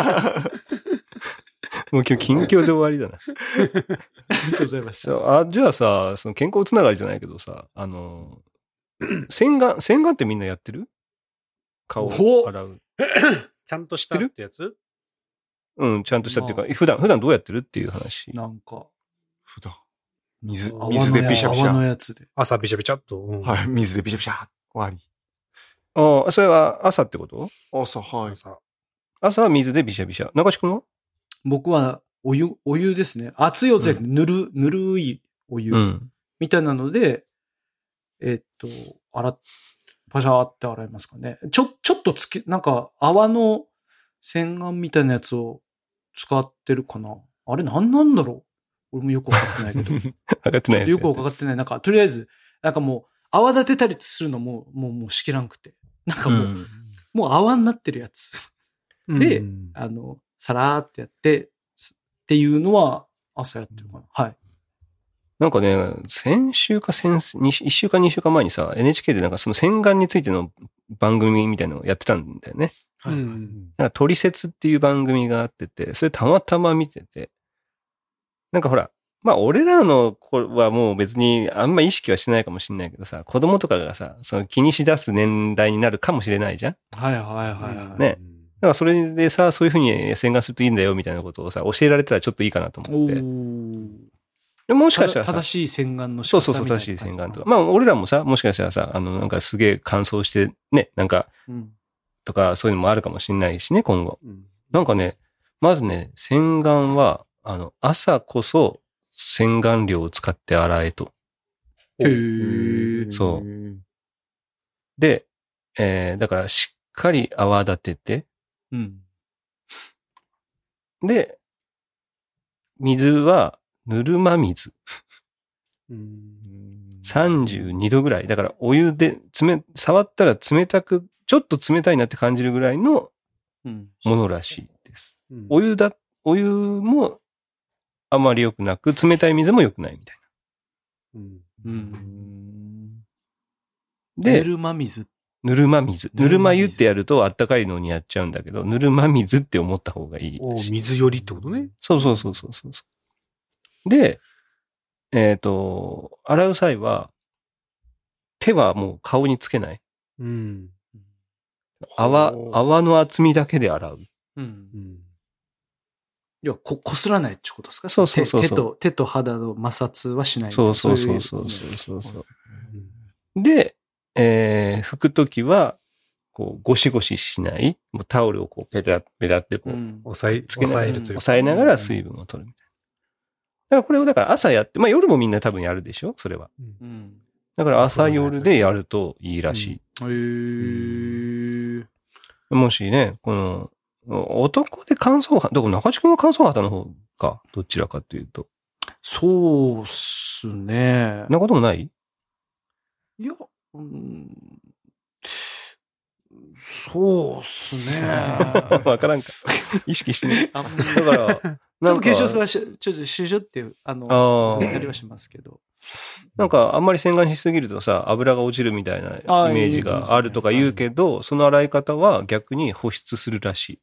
もう今日近況で終わりだな。 ありがとうございました。 あ、じゃあさ、その健康つながりじゃないけどさ、あの、洗顔、洗顔ってみんなやってる？顔を洗う。 ちゃんとしたってやつ？ うん、ちゃんとしたっていうか、まあ、普段、普段どうやってるっていう話。 なんか、 普段。水、水でビシャビシャ。 泡のやつで。 朝ビシャビシャっと。 うん、はい、水でビシャビシャ。終わり。 ああ、それは朝ってこと？ 朝、はい。 朝。朝は水でビシャビシャ。中地君は？ 僕は、お湯、お湯ですね。熱いお湯じゃなくて、ぬる、ぬるいお湯。みたいなので、えっと、洗っ、パシャーって洗いますかね。ちょ、ちょっとつけ、なんか泡の洗顔みたいなやつを使ってるかな。あれ何なんだろう？俺もよくわかってないけど。 わかってないやつ。 よくわかってない。なんか、とりあえず、なんかもう、泡立てたりするのも、もう、もうしきらんくて。なんかもう、うん、もう泡になってるやつ。で、うん、あの、さらーってやって、っていうのは朝やってるかな。はい。 なんかね、先週か先、一週間二週間前にさ、エヌエイチケー でなんかその洗顔についての番組みたいなのをやってたんだよね。うん。なんかトリセツっていう番組があってて、それたまたま見てて、なんかほら、まあ俺らの子はもう別にあんま意識はしてないかもしれないけどさ、子供とかがさ、その気にし出す年代になるかもしれないじゃん。 はいはいはいはい。 ね。だからそれでさ、そういうふうに洗顔するといいんだよみたいなことをさ、教えられたらちょっといいかなと思って。もしかしたらさ、 正しい洗顔の仕方そうそうそう、正しい洗顔とか。まあ俺らもさ、もしかしたらさ、あのなんかすげえ乾燥してね、なんか、うん、とかそういうのもあるかもしれないしね、今後。うん、なんかね、まずね、洗顔は、あの、朝こそ洗顔料を使って洗えと。 へー。 そう。で、 えー、だからしっかり泡立てて、 うん。 で、水はぬるま水。 うん、 さんじゅうにどぐらい。だからお湯で、つめ、触ったら冷たく、ちょっと冷たいなって感じるぐらいのものらしいです。うん、お湯だ、お湯もあまり良くなく、冷たい水も良くないみたいな。うんうん、で、 ぬるま水。 ぬるま水。ぬるま湯ってやるとあったかいのにやっちゃうんだけど、ぬるま水って思った方がいい。 お水よりってことね。 そうそうそうそうそう。で、えっと、洗う際は、手はもう顔につけない。うん。泡、泡の厚みだけで洗う。うん。うんいや、こ、こすらないってことですか？ そうそうそうそう。 手と、手と肌の摩擦はしない。 そうそうそうそうそうそう。で、えー、拭くときは、こう、ゴシゴシしない。もうタオルをこう、ペタペタってこう、うん、 押さえ、 押さえるというか。 押さえながら水分を取るみたいな。だからこれをだから朝やって、まあ夜もみんな多分やるでしょそれは。うん、だから朝夜でやるといいらしい。うん、へー。もしね、この、男で乾燥肌、だから中地君は乾燥肌の方か、どちらかというと。 そうっすね。 なこともない？ いや、うん、そうっすね。 わからんか。意識してね。だから、ちょっと化粧水はし、ちょっとシュシュっていう、あの、やりはしますけど。 なんかあんまり洗顔しすぎるとさ、油が落ちるみたいなイメージがあるとか言うけど、ね、その洗い方は逆に保湿するらしい。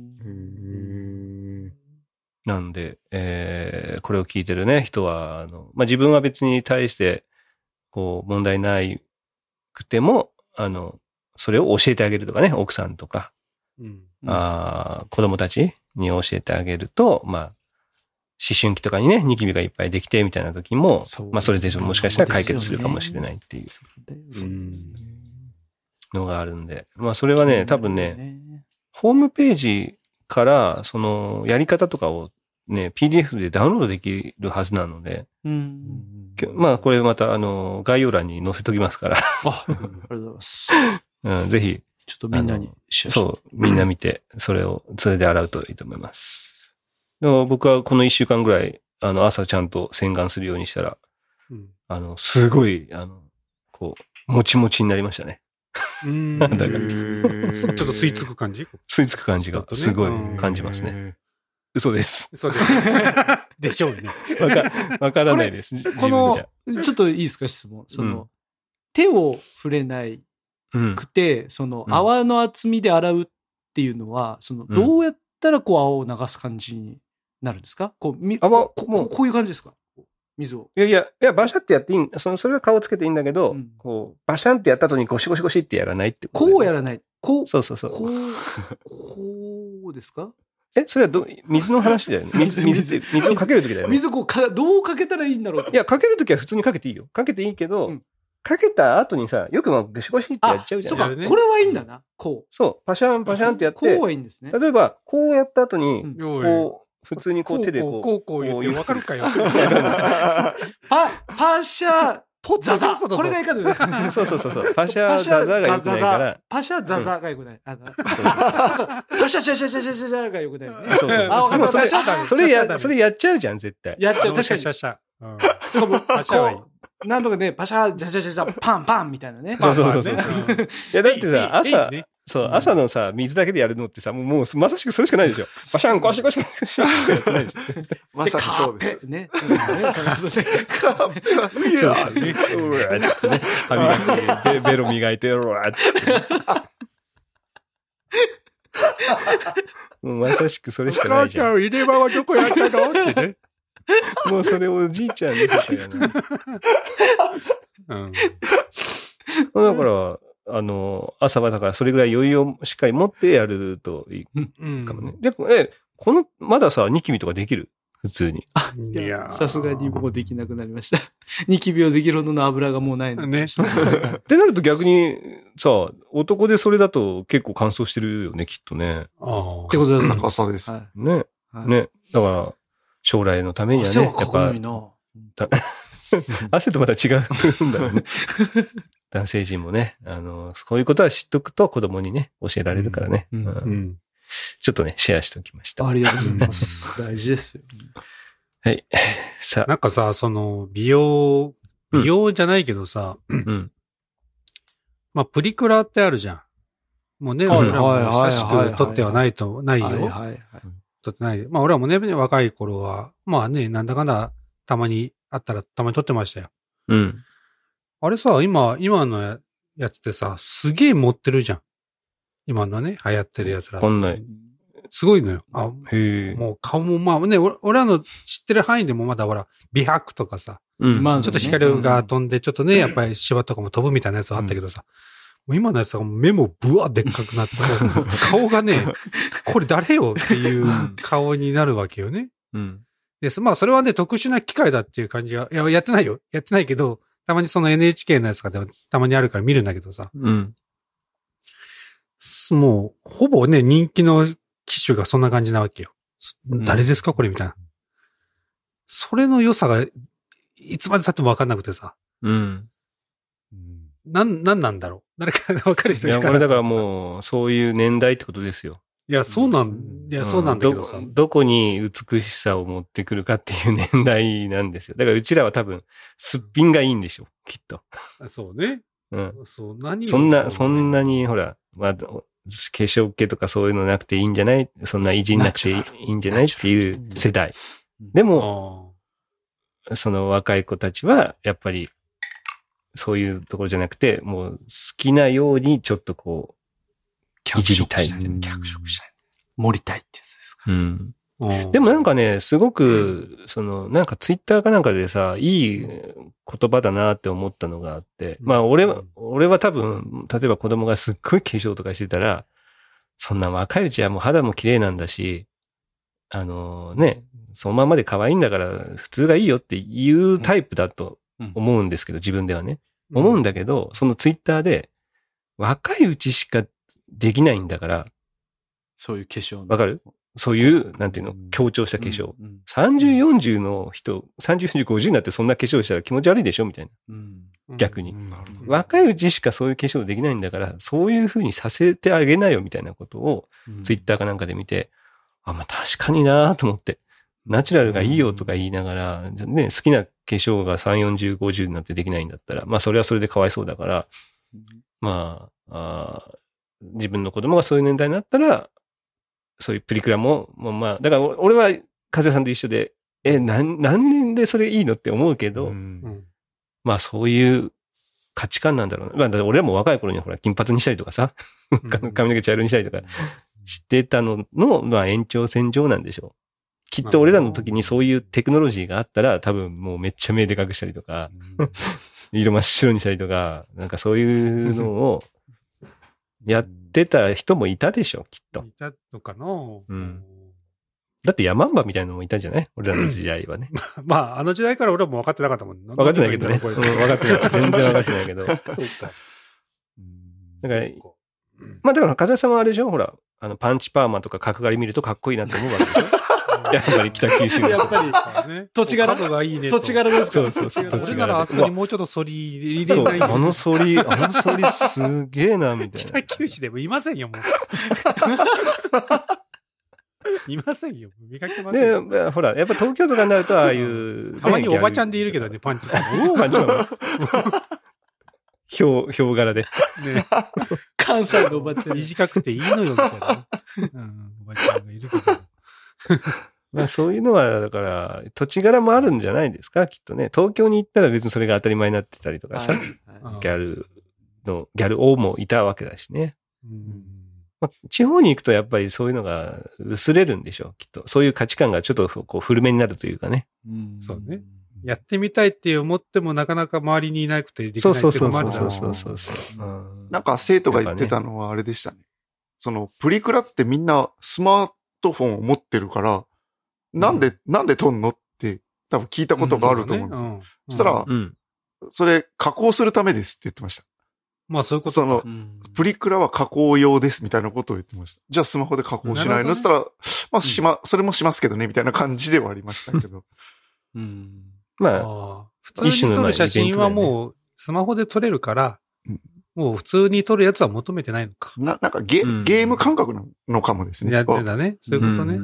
うんなんで、えー、これを聞いてるね、人は、あの、まあ、自分は別に対して、こう、問題ないくても、あの、それを教えてあげるとかね、奥さんとか、うん、あ子供たちに教えてあげると、まあ、思春期とかにね、ニキビがいっぱいできてみたいな時も、まあそれでもしかしたら解決するかもしれないっていうのがあるんで、まあそれはね、多分ね、ホームページからそのやり方とかをね、ピーディーエフ でダウンロードできるはずなので、うんまあこれまたあの概要欄に載せときますから。あ、ありがとうございます。うん、ぜひ。 ちょっとみんなにシェアしそう、みんな見て、それをそれで洗うといいと思います。でも僕はこの一週間ぐらい、あの、朝ちゃんと洗顔するようにしたら、うん、あの、すごい、あの、こう、もちもちになりましたね。うん。だからちょっと吸い付く感じ吸い付く感じが、すごい感じますね。嘘です。 嘘です。でしょうね。 わか、わからないです。 この、ちょっといいですか、質問。その、うん、手を触れないくて、うん、その、泡の厚みで洗うっていうのは、その、どうやったらこう泡を流す感じになるんですか？こう、み、あ、もう、こ, こういう感じですか？水を。 いやいや、いや、バシャってやっていいん、その、それは顔つけていいんだけど、うん、こう、バシャンってやった後にゴシゴシゴシってやらないってこと、ね。こうやらない。こう。 そうそうそう。 こう、こうですか？ え、それはど、水の話だよね。水、水って、水をかけるときだよね。 水こうか、どうかけたらいいんだろう。 いや、かけるときは普通にかけていいよ。かけていいけど、うん、かけた後にさ、よくまあ、ゴシゴシってやっちゃうじゃん。 そうか、これはいいんだな。こう。 そう。パシャンパシャンってやって。 こうはいいんですね。 例えば、こうやった後に、こう、普通にこう手でこう。 こうこう言ってわかるかよ。 パ、パシャ、ザザ。これがいかない。 そうそうそうそう。パシャザザがよくないから。 パシャザザがよくない。あの、パシャシャシャシャシャシャがよくない。そうそうそう。 でもそれ、それや、それやっちゃうじゃん、絶対。 やっちゃう。確かに。 シャシャ。 パシャはいい。なんとかね、パシャ、ジャジャジャジャ、パンパンみたいなね。 そうそうそうそう。いや、だってさ、朝、そう、朝のさ、水だけでやるのってさ、もう、もうまさしくそれしかないでしょ。パシャン、ゴシゴシゴシしかやってないでしょ。 まさしくそうです。 ね。 カーペは、いやー、うわーってね、歯磨き、ベロ磨いて、うわーって。もうまさしくそれしかないじゃん。 母ちゃん、入れ歯はどこやったのってね。 もうそれおじいちゃんにしたよな。うん。だから、あの、朝はだからそれぐらい余裕をしっかり持ってやるといいかもね。うん、で、え、この、まださ、ニキビとかできる？普通に。 あ、いや、さすがにもうできなくなりました。ニキビをできるほどの油がもうないのね。 ってなると逆に、さ、男でそれだと結構乾燥してるよね、きっとね。 ああ。 ってことだと朝です。 はい、ね、はい。ね。だから、将来のためにはね、 やっぱ。汗とまた違うんだろうね。 男性陣もね、あの、こういうことは知っとくと子供にね、教えられるからね。 うんうんうん、ちょっとね、シェアしておきました。 ありがとうございます。大事ですよ。 はい。さあ。 なんかさ、その、美容、美容じゃないけどさ、 うん。 まあ、プリクラってあるじゃん。もうね、俺らも久しく撮ってはないと、ないよ。はいはいはい。撮ってない。まあ、俺らもね、若い頃は、まあね、なんだかんだ、たまにあったら、たまに撮ってましたよ。 うん。 あれさ、今、今のやつってさ、すげえ持ってるじゃん。今のね、流行ってるやつら。 こんない。 すごいのよ。あ、 へえ。 もう顔も、まあね、俺らの知ってる範囲でもまだほら、美白とかさ、 うん、 ちょっと光が飛んで、ちょっとね、やっぱりシワとかも飛ぶみたいなやつはあったけどさ、もう今のやつは目もブワーでっかくなって、顔がね、これ誰よっていう顔になるわけよね。 うん。 で、まあそれはね、特殊な機械だっていう感じが、いや、やってないよ。やってないけど、たまにその エヌエイチケー のやつとかでもたまにあるから見るんだけどさ。 うん。 もう、ほぼね、人気の機種がそんな感じなわけよ。誰ですかこれみたいな。それの良さが、いつまで経っても分かんなくてさ。 うん。 なん、なんなんだろう誰か分かる人いるから。いや、これだからもう、そういう年代ってことですよ。 いや、そうなん、いや、そうなんだけどさ、 うん、ど。どこに美しさを持ってくるかっていう年代なんですよ。だからうちらは多分、すっぴんがいいんでしょう、きっと。 そうね。 うん。 そう、何そんな、そんなに、ほら、まあ、化粧気とかそういうのなくていいんじゃない？そんないじんなくていいんじゃないっていう世代。でも、その若い子たちは、やっぱり、そういうところじゃなくて、もう好きなようにちょっとこう、いじりたい。 脚色したい。盛りたいってやつですか。 うん。でもなんかね、すごく、その、なんかツイッターかなんかでさ、いい言葉だなって思ったのがあって、まあ俺は、俺は多分、例えば子供がすっごい化粧とかしてたら、そんな若いうちはもう肌も綺麗なんだし、あのね、そのままで可愛いんだから普通がいいよっていうタイプだと思うんですけど、自分ではね。思うんだけど、そのツイッターで、若いうちしかできないんだから、 そういう化粧。 わかる？そういう、なんていうの、強調した化粧。うんうん、さんじゅう、よんじゅうの人、さんじゅう、よんじゅう、ごじゅうになってそんな化粧したら気持ち悪いでしょみたいな。うん、逆に、うん。若いうちしかそういう化粧できないんだから、そういう風にさせてあげなよみたいなことを、ツイッターかなんかで見て、あ、まあ確かになと思って。ナチュラルがいいよとか言いながら、ね、好きな化粧がさんじゅう、よんじゅう、ごじゅうになってできないんだったら、まあそれはそれでかわいそうだから、まあ、あ自分の子供がそういう年代になったら、そういうプリクラも、もうまあ、だから俺は、和也さんと一緒で、え、何、何年でそれいいのって思うけど、うん、まあそういう価値観なんだろうな。まあだ俺らも若い頃にほら、金髪にしたりとかさ、髪の毛茶色にしたりとかしてたのの、まあ延長線上なんでしょう。きっと俺らの時にそういうテクノロジーがあったら、多分もうめっちゃ目でかくしたりとか、色真っ白にしたりとか、なんかそういうのをやってた人もいたでしょ、きっと。 いたのかな、 うん、だってヤマンバみたいなのもいたんじゃない俺らの時代はね。 まあ、あの時代から俺はもう分かってなかったもん。 分かってないけどね。分かってない。全然分かってないけど。そうか。だから、まあだから、風さんはあれでしょほら、あの、パンチパーマとか角刈り見るとかっこいいなって思うわけでしょやっぱり北九州やっぱり、土地柄がいいね。 土地柄ですかそうそうそう。 土地柄。俺ならあそこにもうちょっと反り入れない。あの反り、あの反りすげえな、みたいな。 北九州でもいませんよ、もう。いませんよ。見かけませんよ。 で、ほら、やっぱ東京とかになると、ああいう、 たまにおばちゃんでいるけどね、パンチ。 おばちゃん。ヒョウ、ヒョウ柄で。ね。 関西のおばちゃん。 短くていいのよ、みたいな。うん、おばちゃんがいるけど。 まあそういうのは、だから、土地柄もあるんじゃないですか、きっとね。東京に行ったら別にそれが当たり前になってたりとかさ、はいはい、ギャルの、ギャル王もいたわけだしね。うんまあ、地方に行くとやっぱりそういうのが薄れるんでしょう、きっと。そういう価値観がちょっとこう古めになるというかね。 うん、そうね。やってみたいって思ってもなかなか周りにいなくてできないっていうのもあるだろう。 そうそうそうそうそう、 うん。なんか生徒が言ってたのはあれでしたね。ねそのプリクラってみんなスマートフォンを持ってるから、なんで、うん、なんで撮んのって多分聞いたことがあると思うんですよ。うん そ, ねうん、そしたら、うん、それ加工するためですって言ってました。 まあそういうことその、うん、プリクラは加工用ですみたいなことを言ってました。じゃあスマホで加工しないの、ね、そしたら、まあしま、それもしますけどねみたいな感じではありましたけど。 うん、まあ、普通に撮る写真はもうスマホで撮れるから、 もう普通に撮るやつは求めてないのか。 な、なんかゲ、 うんゲーム感覚なのかもですね。 やってたね。そういうことね。 うん。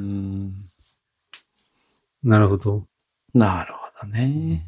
なるほど。 なるほどね。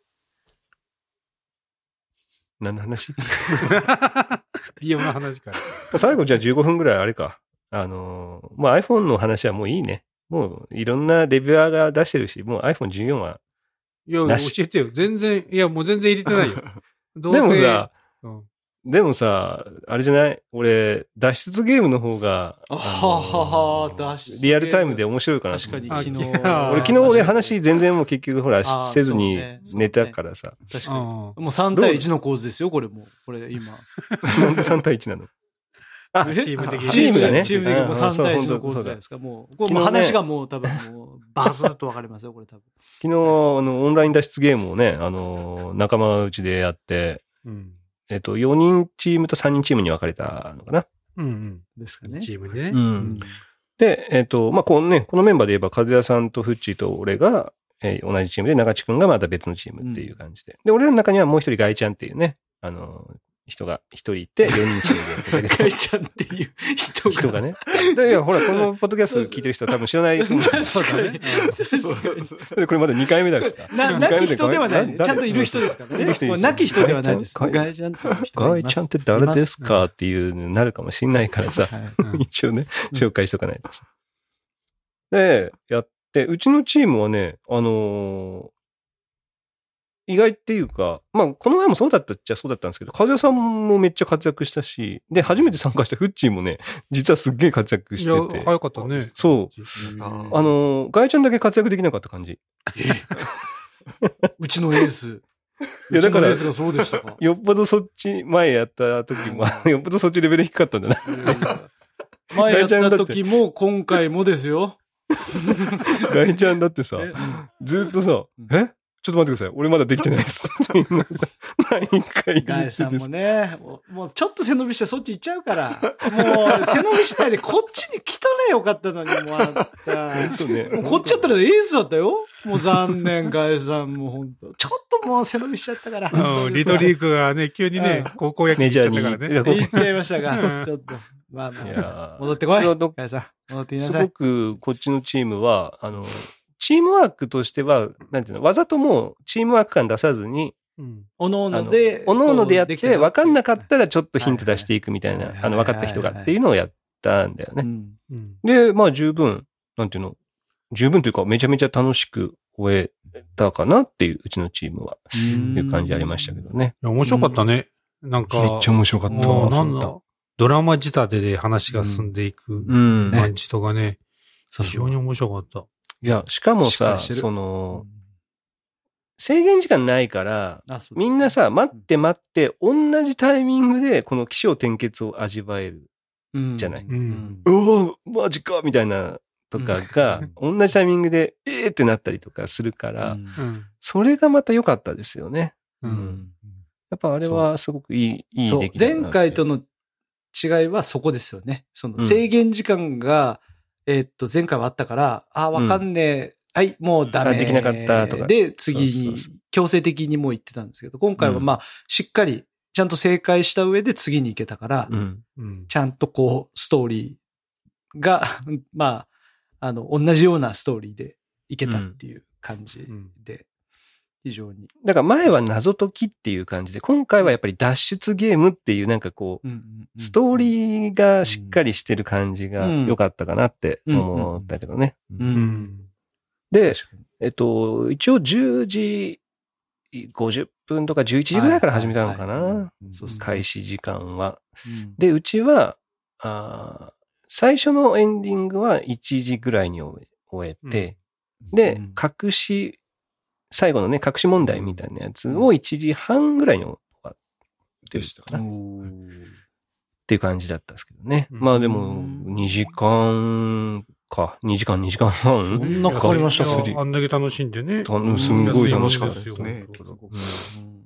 何の話美容の話から。 最後じゃあじゅうごふんぐらいあれか。あのー、もう iPhone の話はもういいね。もういろんなレビュアーが出してるし、もう アイフォンじゅうよん は。 いや、 なし教えてよ。全然、いや、もう全然入れてないよ。どうでせもさ、 うんでもさ、あれじゃない俺、脱出ゲームの方が、 あのははは、脱出ゲームリアルタイムで面白いかなと確思って。 かに昨日。 あ俺昨日俺話全然もう結局ほら、 あーせずにそうね寝たからさ。 確かに。 うんもうさん対いちの構図ですよ、これもう。これ今。 なんでさん対いちなのあ、 チーム的にチームがねチーム的にもうさん対いちうんの構図そうじゃないですか。もう、これ昨日ねもう話がもう多分もう、バズッとわかりますよ、これ多分。 昨日、あの、オンライン脱出ゲームをね、あの、仲間内でやって、 うん。 えっと、よにんチームとさんにんチームに分かれたのかな。 うんうん。 ですかね。 チームでね。 う。 うんん。 で、えっと、まあ、このね、このメンバーで言えば、和也さんとフッチーと俺が、えー同じチームで、長地くんがまた別のチームっていう感じで。で、俺らの中にはもう一人ガイちゃんっていうね、あの、人が一人いて、よにんチームでやってたけど。 かいちゃんっていう人が。 人がね。でいや、ほら、このポッドキャスト聞いてる人は多分知らないと思う。 確かに。 でこれまだにかいめだしさ。 な、 にかいめで亡き人ではないね。 誰ちゃんといる人ですからね。 いる人いる人もう亡き人ではないです。 ガイガイちゃんっていう人がいます。 ガイちゃんって誰ですかっていうのになるかもしんないからさ。 はいうん一応ね、紹介しとかないとさ。で、やって、うちのチームはね、あのー意外っていうか、まあ、この前もそうだったっちゃそうだったんですけど、和也さんもめっちゃ活躍したし、で、初めて参加したフッチーもね、実はすっげえ活躍しいや、 てて。 早かったね。 そう。 ああのーガイちゃんだけ活躍できなかった感じ。 うちのエース。 いやだからうちのエースがそうでしたか。 よっぽどそっち、前やった時も、よっぽどそっちレベル低かったんだな。 前やった時も今回もですよ。 ガイちゃんだってさ、 えずっとさ、えちょっと待ってください。俺まだできてないです。みんなさ毎回言ガイさんっててもね、もうもうちょっと背伸びしてそっち行っちゃうから。もう背伸びしないでこっちに来たらよかったのに、もうあった。 そうね。 もうこっちだったらエースだったよ。もう残念、ガイさんも本当ちょっともう背伸びしちゃったから。 うんリトリークがね、急にねうん、 高校野球行っちゃったからね。 メジャーにいや言っちゃいましたうが、 んちょっと。まあまいあ、 や戻ってこい。 いやどガイさん、戻ってきなすさいご。くこっちのチームは、あの、チームワークとしては、なんていうの、わざともうチームワーク感出さずに、 うんおのおあのので、 おのおのでやって、 こうきたよ分かんなかったらちょっとヒント出していくみたいな、 はいはいあの、分かった人がっていうのをやったんだよね。 うんうんで、まあ十分、なんていうの、十分というかめちゃめちゃ楽しく終えたかなっていう、うちのチームは、いう感じありましたけどね。 いや面白かったね。なんか、 めっちゃ面白かった。 もうなんだ、ドラマ仕立てで話が進んでいくうん。 感じとかね、 さすが非常に面白かった。 いや、しかもさ、 しっかりしてるその、制限時間ないから、 あそうですみんなさ、待って待って、同じタイミングでこの起承転結を味わえる。 うんじゃないうんうおーマジかみたいなとかが、同じタイミングで、えーってなったりとかするから、 うんうんそれがまた良かったですよね。 ううんんやっぱあれはすごくいい、いいそう出来だなって前回との違いはそこですよね。そのうん制限時間が、えーっと、前回はあったから、あ、わかんねえ、はい、もうダメ。 あできなかったとかで、次にそうそうそ強制的にもう言ってたんですけど、今回はまあ、しっかり、ちゃんと正解した上で次に行けたから、 うん。 うんちゃんとこう、ストーリーが、まあ、あの、同じようなストーリーでいけたっていう感じで、非常に。 だから前は謎解きっていう感じで、今回はやっぱり脱出ゲームっていうなんかこう、ストーリーがしっかりしてる感じが良かったかなって思ったけどね。 う。 うんんで、 確かにえっと、一応じゅうじごじゅっぷんとかじゅういちじぐらいから始めたのかはいはいはいな。 そうですね開始時間は。 うんで、うちは、あー最初のエンディングはいちじぐらいに終え終えて、でうん、 隠し、最後のね、隠し問題みたいなやつをいちじはんぐらいに終わってるかな。っおーていう感じだったんですけどね。 うんまあでも、にじかんか、にじかん、にじかんはそん。 んなかかりましたかいやあんだけ楽しんでね。 たすんごい楽しかったでですすねうん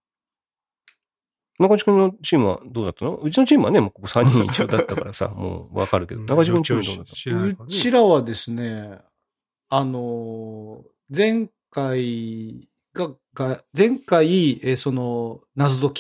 中地君のチームはどうだったの？うちのチームはね、もうここさんにん一応だったからさ、もうわかるけど、中地君のチームどうだった知らないからうねちらはですね、あのー、前回が、が前回、えーその、謎解きか。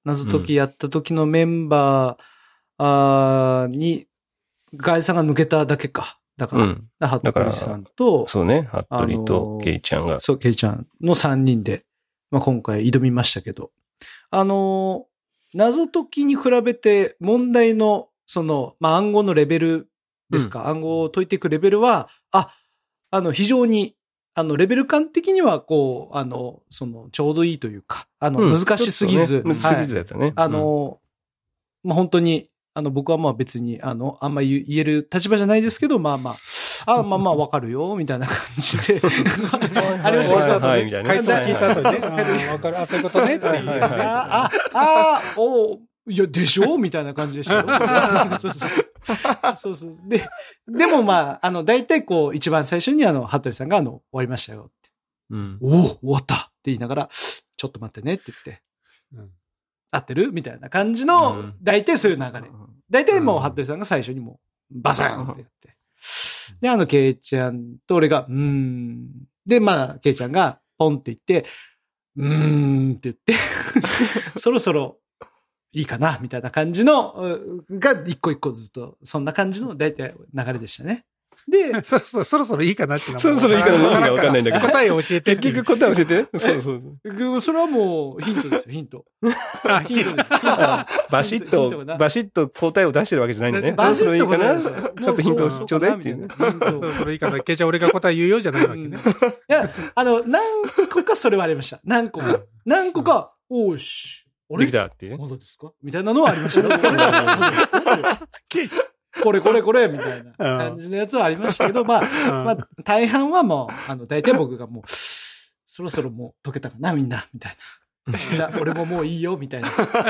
謎解きやった時のメンバー、あーに、ガイさんが抜けただけか。だから、うん、ハットリさんと、 そうね、ハットリとケイちゃんが。 そう、ケイちゃんのさんにんで、まあ、今回挑みましたけど、あのー、謎解きに比べて問題の、その、まあ、暗号のレベルですか、うん、暗号を解いていくレベルは、あ、あの、非常に、あの、レベル感的には、こう、あの、その、ちょうどいいというか、あの、うん、難しすぎず、 ね、難しすぎずだったね。はい、 あの、うん、まあ、本当に、あの、僕はまあ別に、あの、あんまり言える立場じゃないですけど、まあまあ、あまあまあわかるよ、みたいな感じで。ありましたけど、 はい、みたいな。 回答聞いた後にね、わかる、あ、そういうことねっていう。 あ、あ、あ、おいや、でしょみたいな感じでしたよ。そうそうそう。そうそう。で、でもまあ、あの、大体こう、一番最初にあの、服部さんがあの、終わりましたよって。うん。おお、終わったって言いながら、ちょっと待ってねって言って。うん。合ってるみたいな感じの、うん、大体そういう流れ。大体もう、服部さんが最初にもう、バサーンってやって。で、あの、ケイちゃんと俺が、うーん。で、まあ、ケイちゃんが、ポンって言って、うーんって言って、そろそろ、いいかなみたいな感じの、が、一個一個ずっと、そんな感じの、大体流れでしたね。で、 そろそろ、そろそろいいかなって。 そろそろいいかな何がわかんないんだけど。 答えを教えて。 結局答え教えて。そうそうそう。それはもうヒントですよ、ヒント。 あ、ヒントです。 バシッと、バシッと答えを出してるわけじゃないんだね。 バシッといいかなちょっとヒントちょうだいっていう。 そろそろいいかな。ケイちゃん俺が答え言うよじゃないわけね。 いや、あの、何個かそれはありました。何個か。何個か、おーし。 できたっていう。 まだですかみたいなのはありましたよ。ケイちゃん。これこれこれみたいな感じのやつはありましたけど、まあ、まあ、大半はもう、あの、大体僕がもう、そろそろもう解けたかな、みんな、みたいな。じゃあ、俺ももういいよ、みたいな。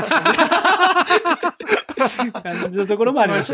感じのところもありました。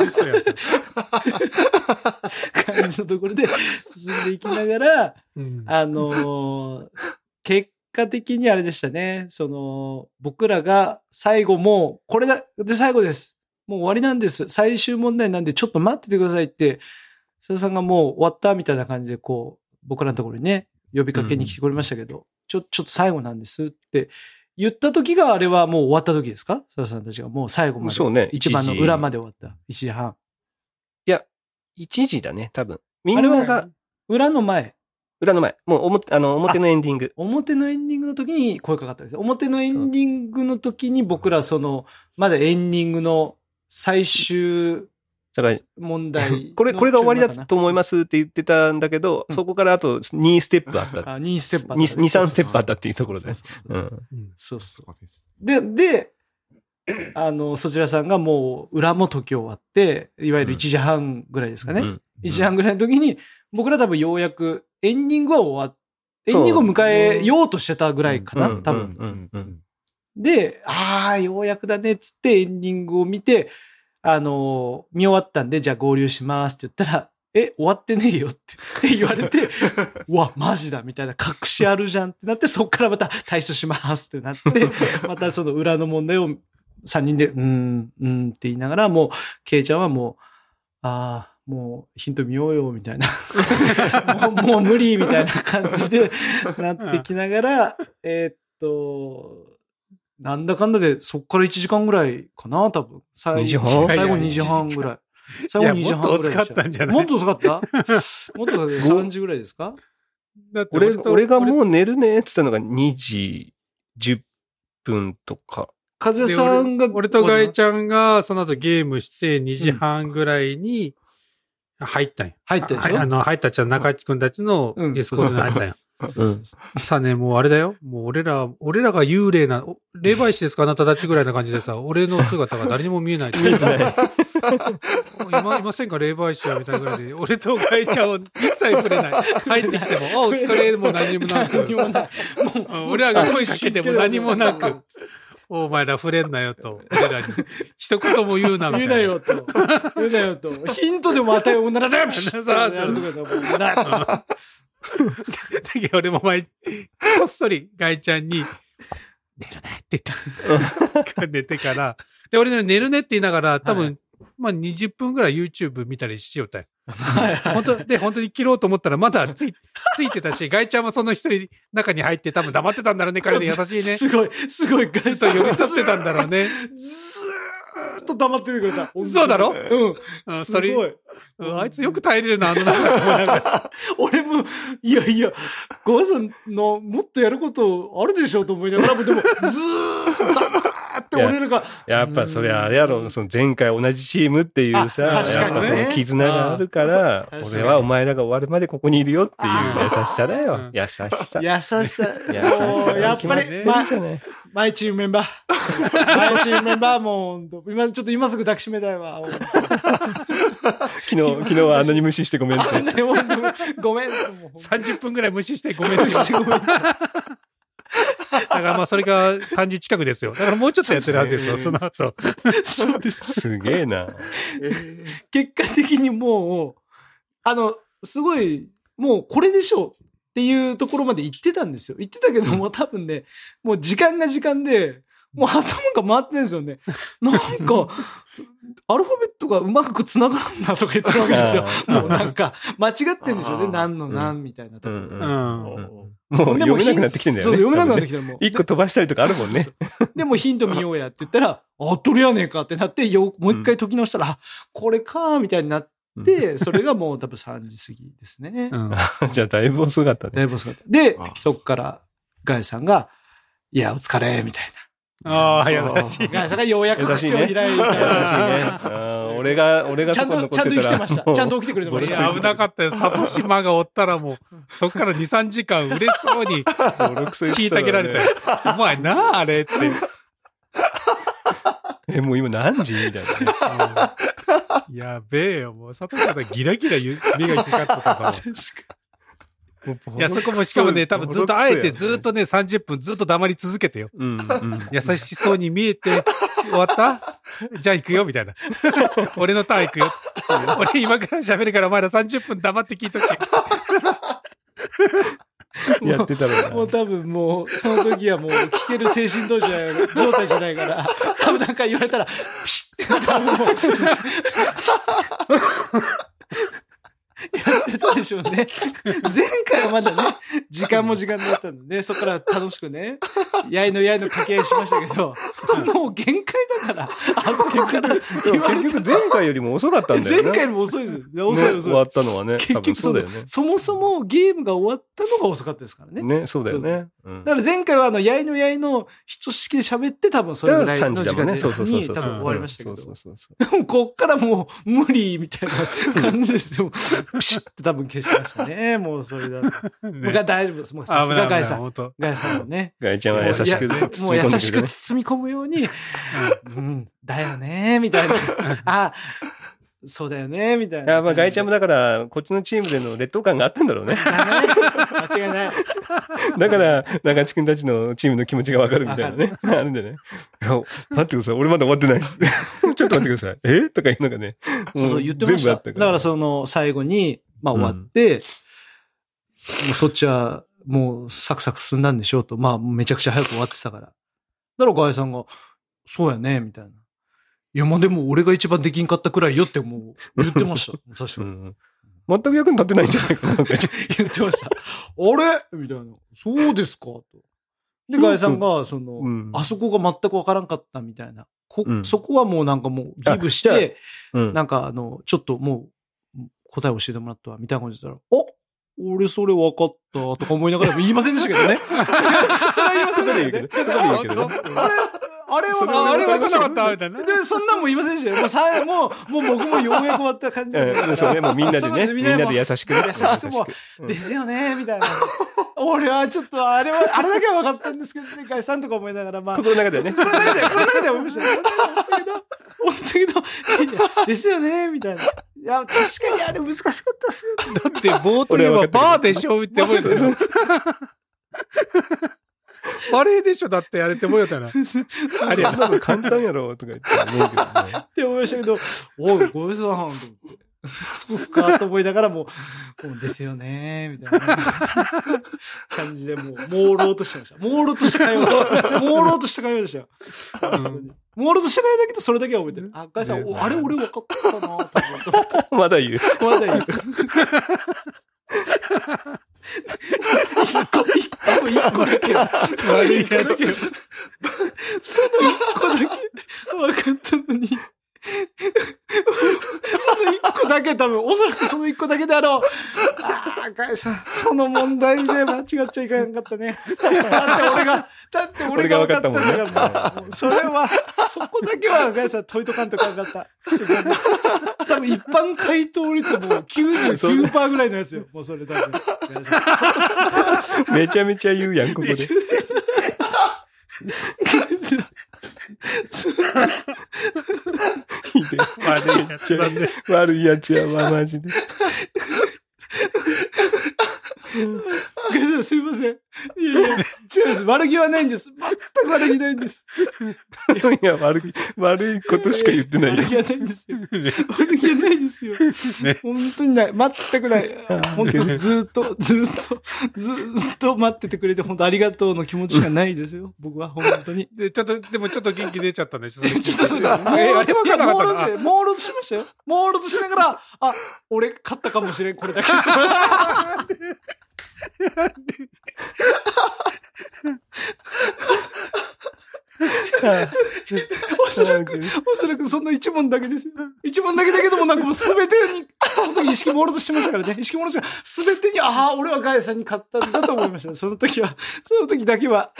感じのところで進んでいきながら、うん、あのー、結果的にあれでしたね。その、僕らが最後もう、これだ、で最後です。もう終わりなんです。最終問題なんでちょっと待っててくださいって、瀬戸さんがもう終わったみたいな感じでこう、僕らのところにね、呼びかけに来てくれましたけど、うん、ちょ、ちょっと最後なんですって言った時があれはもう終わった時ですか？瀬戸さんたちがもう最後まで。 そうね。 一番の裏まで終わった。いちじはん。 いや、いちじだね、多分。みんなが。 裏の前。 裏の前。もう表、あの、表のエンディング。 表のエンディングの時に声かかったんです。表のエンディングの時に僕らその、まだエンディングの最終問題。 これ、これが終わりだと思いますって言ってたんだけど、うん、そこからあとにステップあった。 あ、にステップあった、ね。 に、さんステップあったっていうところで。 そうそう。で、で、あの、そちらさんがもう裏も解き終わって、いわゆるいちじはんぐらいですかね。うん、いちじはんぐらいの時に、僕ら多分ようやくエンディングは終わっ、エンディングを迎えようとしてたぐらいかな、多分。で、ああ、ようやくだねっつってエンディングを見て、あのー、見終わったんで、じゃあ合流しますって言ったら、え、終わってねえよって言われて、うわ、マジだみたいな、隠しあるじゃんってなって、そっからまた退出しますってなって、またその裏の問題をさんにんで、うーん、うーんって言いながら、もう、ケイちゃんはもう、ああ、もうヒント見ようよ、みたいな。もう、もう無理みたいな感じでなってきながら、えー、っと、なんだかんだで、そっからいちじかんぐらいかな、多分。最後、最後にじはんぐらい。最後にじはんぐらい。 もっと遅かったんじゃない？ もっと遅かったもっと遅かったさんじぐらいですか？ だって俺、俺がもう寝るねって言ったのがにじじゅっぷんとか。 風さんが。 俺とガイちゃんがその後ゲームしてにじはんぐらいに入ったんよ。 入ったんよ。 あの、入ったっちゃ中地くんたちのディスコードに入ったんよ。うん。さあね、もうあれだよ。もう俺ら、俺らが幽霊な、霊媒師ですかあなたたちぐらいな感じでさ、俺の姿が誰にも見えない。見えない。今いませんか霊媒師はみたいなぐらいで、俺とガイちゃんを一切触れない。入ってきても、あ、お疲れも何もなく。何もない。もう、俺らが声かけても何もなく。お前ら触れんなよと。俺らに。一言も言うなみたいな。 言うなよと。言うなよと。ヒントでも与えようならだよだけど俺も前、こっそりガイちゃんに、寝るねって言った。寝てから。で、俺ね、寝るねって言いながら、多分、はい、まあにじゅっぷんぐらい YouTube 見たりしよったよ。 はいはい、本当で、本当に切ろうと思ったらまだつい、ついてたし、ガイちゃんもその一人中に入って多分黙ってたんだろうね、彼に優しいね。 すごい、すごい、 ガイさんと寄り添ってたんだろうね。 ずーっと黙っててくれた。 そうだろ？ うん。すごい。 あいつよく耐えれるな、あのなんか。 俺も、いやいや、ごめんさんのもっとやることあるでしょうと思いながらも、でも、ずーっと黙って俺らが。 やっぱそれあれやろ、その前回同じチームっていうさ、やっぱその絆があるから、俺はお前らが終わるまでここにいるよっていう優しさだよ。優しさ。 優しさ。優しさ。やっぱり、ま、マイチームメンバー。マイチームメンバーも、今、ちょっと今すぐ抱きしめたいわ。 昨日、昨日はあんなに無視してごめんって。 ごめん。 さんじゅっぷんぐらい無視してごめんってしてごめん。だからまあそれがさんじ近くですよ。だからもうちょっとやってるはずですよ、その後。 そうです。 すげえな。 結果的にもう、あの、すごい、もうこれでしょうっていうところまで行ってたんですよ。行ってたけども多分ね、もう時間が時間で、もう頭が回ってないんですよね。なんか、アルファベットがうまく繋がらんなとか言ってるわけですよ。もうなんか、間違ってんでしょうね。何の何みたいなところ。 うんうん、もう読めなくなってきてんだよね。 そう、読めなくなってきてるもん。 一個飛ばしたりとかあるもんね。 でもヒント見ようやって言ったら、あ、どれやねえかってなって、よ、もう一回解き直したら、あ、これか、みたいになって、それがもう多分さんじ過ぎですね。 うん、じゃあだいぶ遅かったね。 だいぶ遅かった。で、そっから、ガイさんが、いや、お疲れ、みたいな。 ああ、優しい。 ガイさんがようやく口を開いて。優しいね。 俺が、俺がちゃんと、ちゃんと生きてました。ちゃんと起きてくれてました。 危なかったよ。サトシマがおったらもう、そっからに、さんじかん嬉しそうに、虐げられたよ。お前なあ、あれって。 え、もう今何時みたいな。やべえよ。もう、サトシマがギラギラ目が光ってたから。いや、そこもしかもね、多分ずっとあえてずっとね、さんじゅっぷんずっと黙り続けてよ。うんうん、優しそうに見えて、終わったじゃあ行くよ、みたいな。俺のターン行くよ。俺今から喋るからお前らさんじゅっぷん黙って聞いとけ。 やってたらもう多分もう、その時はもう聞ける精神状態状態じゃないから、多分なんか言われたら、ピシッって多分もう。やってたでしょうね。前回はまだね、時間も時間だったんでね、そこから楽しくね、やいのやいの掛け合いしましたけど、もう限界だから、あそこから。 結局前回よりも遅かったんだよね。 前回よりも遅いです。遅い遅い。 終わったのはね。 結局そうだよね。そもそもゲームが終わったのが遅かったですからね。 ね、そうだよね。 だから前回はあの、やいのやいのひとしきで喋って多分それぐらいの時間に多分終わりましたけど。でもこっからもう無理みたいな感じですよ。ピシッって多分消しましたね。もうそれだと。ね、僕は大丈夫です。もうさすがガイさん。ガイさんもね。 ガイちゃんは優しく、 もう優しく包み込むように、うん、だよね、みたいな。あ、そうだよね、みたいな。 いや、まあガイちゃんもだから、こっちのチームでの劣等感があったんだろうね。 間違いない。 だから、中地くんたちのチームの気持ちがわかるみたいなね。あるんでね。待ってください。俺まだ終わってないです。ちょっと待ってください。えとか言うのがね。 そうそう、言ってました。だからその最後に、まあ終わって、うん、もうそっちはもうサクサク進んだんでしょうと。まあめちゃくちゃ早く終わってたから。だからガイさんが、そうやね、みたいな。いや、まあでも俺が一番できんかったくらいよってもう言ってました。確かに、うん。 全く役に立ってないんじゃないかな。言ってました。あれみたいな。そうですかと。で、ガイさんが、その、うん、あそこが全くわからんかったみたいな。こ、うん、そこはもうなんかもうギブして、うん、なんかあの、ちょっともう答え教えてもらったわ、みたいな感じで言ったら、お俺それ分かったとか思いながら言いませんでしたけどね。それは言いませんでしたけどね。それは言いけどね。あれあれは、 あれは分かんなかったみたいな。 でもそんなんも言いませんでしたよ。もうさ、もう、もう僕もようやく終わった感じで。 そうね、もうみんなでね、みんなで優しくね。 優しくも、ですよね、みたいな。俺はちょっと、あれは、あれだけは分かったんですけどね、ガイさんとか思いながら、まあ。 心の中でね。 心の中で、心の中で思いました。思ったけど、思ったけど、ですよね、みたいな。いや、確かにあれ難しかったっすよ。 だって、冒頭ではバーでしょって思えたよ。バレエでしょだってやれてもよたな。 あれやなの簡単やろとか言って思うけどね。 って思いましたけど、おい、ごめんなさい、と思って。 そうっすかと思いながらもう、もうですよねみたいな感じでもう、朦朧としてました。朦朧とした会話。朦朧とした会話でしたよ。うん、朦朧とした会話だけど、それだけは覚えてる。あ、ガイさん、あれ俺分かったかなと思って。 まだ言う。 まだ言う。一個、一個、一個だけ。悪いやつよ。その一個だけ分かったのに。その一個だけ多分、おそらくその一個だけであろう。ああ、ガイさん、その問題で間違っちゃいかんかったね。だって俺が、だって俺が分かったんだから、もう、それは、そこだけはガイさん、問いとかんとかんかった。多分一般回答率もう きゅうじゅうきゅうパーセント ぐらいのやつよ。もうそれ多分。 めちゃめちゃ言うやん、ここで。悪いやつだね。悪いやつやわ、マジで。 すいません。いやいや、違います。悪気はないんです。全く悪気ないんです。 いや、悪気、悪いことしか言ってないよ。 悪気はないんですよ。悪気はないですよ。ね、本当にない。全くない。本当にずっと、ずっと、ずっと待っててくれて、本当ありがとうの気持ちがないですよ。僕は本当に。 で、ちょっと、でもちょっと元気出ちゃったね。ちょっとそうだ。もう、え、あれ分からなかったな。モールドしましたよ。モールドしながら、あ、俺勝ったかもしれん、これだけ。おそらく、おそらくその一問だけですよ。一問だけだけどもなんかもうすべてに、その時意識朦朧としてましたからね。意識朦朧として、すべてに、ああ、俺はガイさんに勝ったんだと思いました。その時は、その時だけは。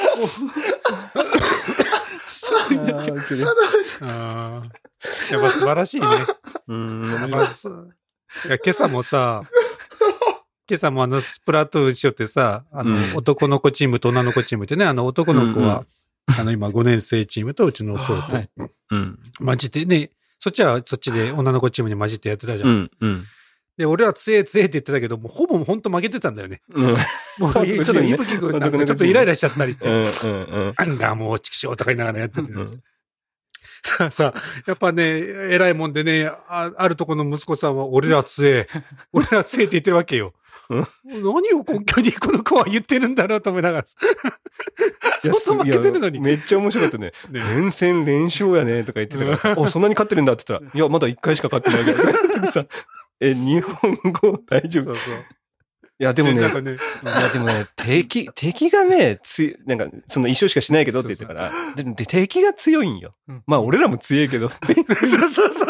その時だけは。ああ。やっぱ素晴らしいね。うん。いや、今朝もさ、今朝もあのスプラトゥーンしよってさ、あの、うん、男の子チームと女の子チームってね、あの男の子は、うんうん、あの今ごねん生チームとうちのそうと、はい、うん、混じってね、そっちはそっちで女の子チームに混じってやってたじゃん。うんうん、で、俺は強え強えって言ってたけど、もうほぼほんと負けてたんだよね。うん、もうちょっとイブキ君なんかちょっとイライラしちゃったりして、うんうんうん、なんだもうチキショーとか言いながらやってて、うん、さあさあ、やっぱね、偉いもんでね、あ, あるとこの息子さんは俺ら強え、俺ら強えって言ってるわけよ。何を根拠にこの子は言ってるんだろうと思いながら。相当負けてるのに。 めっちゃ面白かったね。ね連戦連勝やねとか言ってたからさ、お、そんなに勝ってるんだって言ったら、いや、まだいっかいしか勝ってないけどさ、え、日本語大丈夫？そうそう。いや、でもね、なんかね、いや、でもね、敵、敵がね、つなんか、その一勝しかしないけどって言ってから、そうそうで、敵が強いんよ。うん、まあ、俺らも強いけど。そうそうそうそう。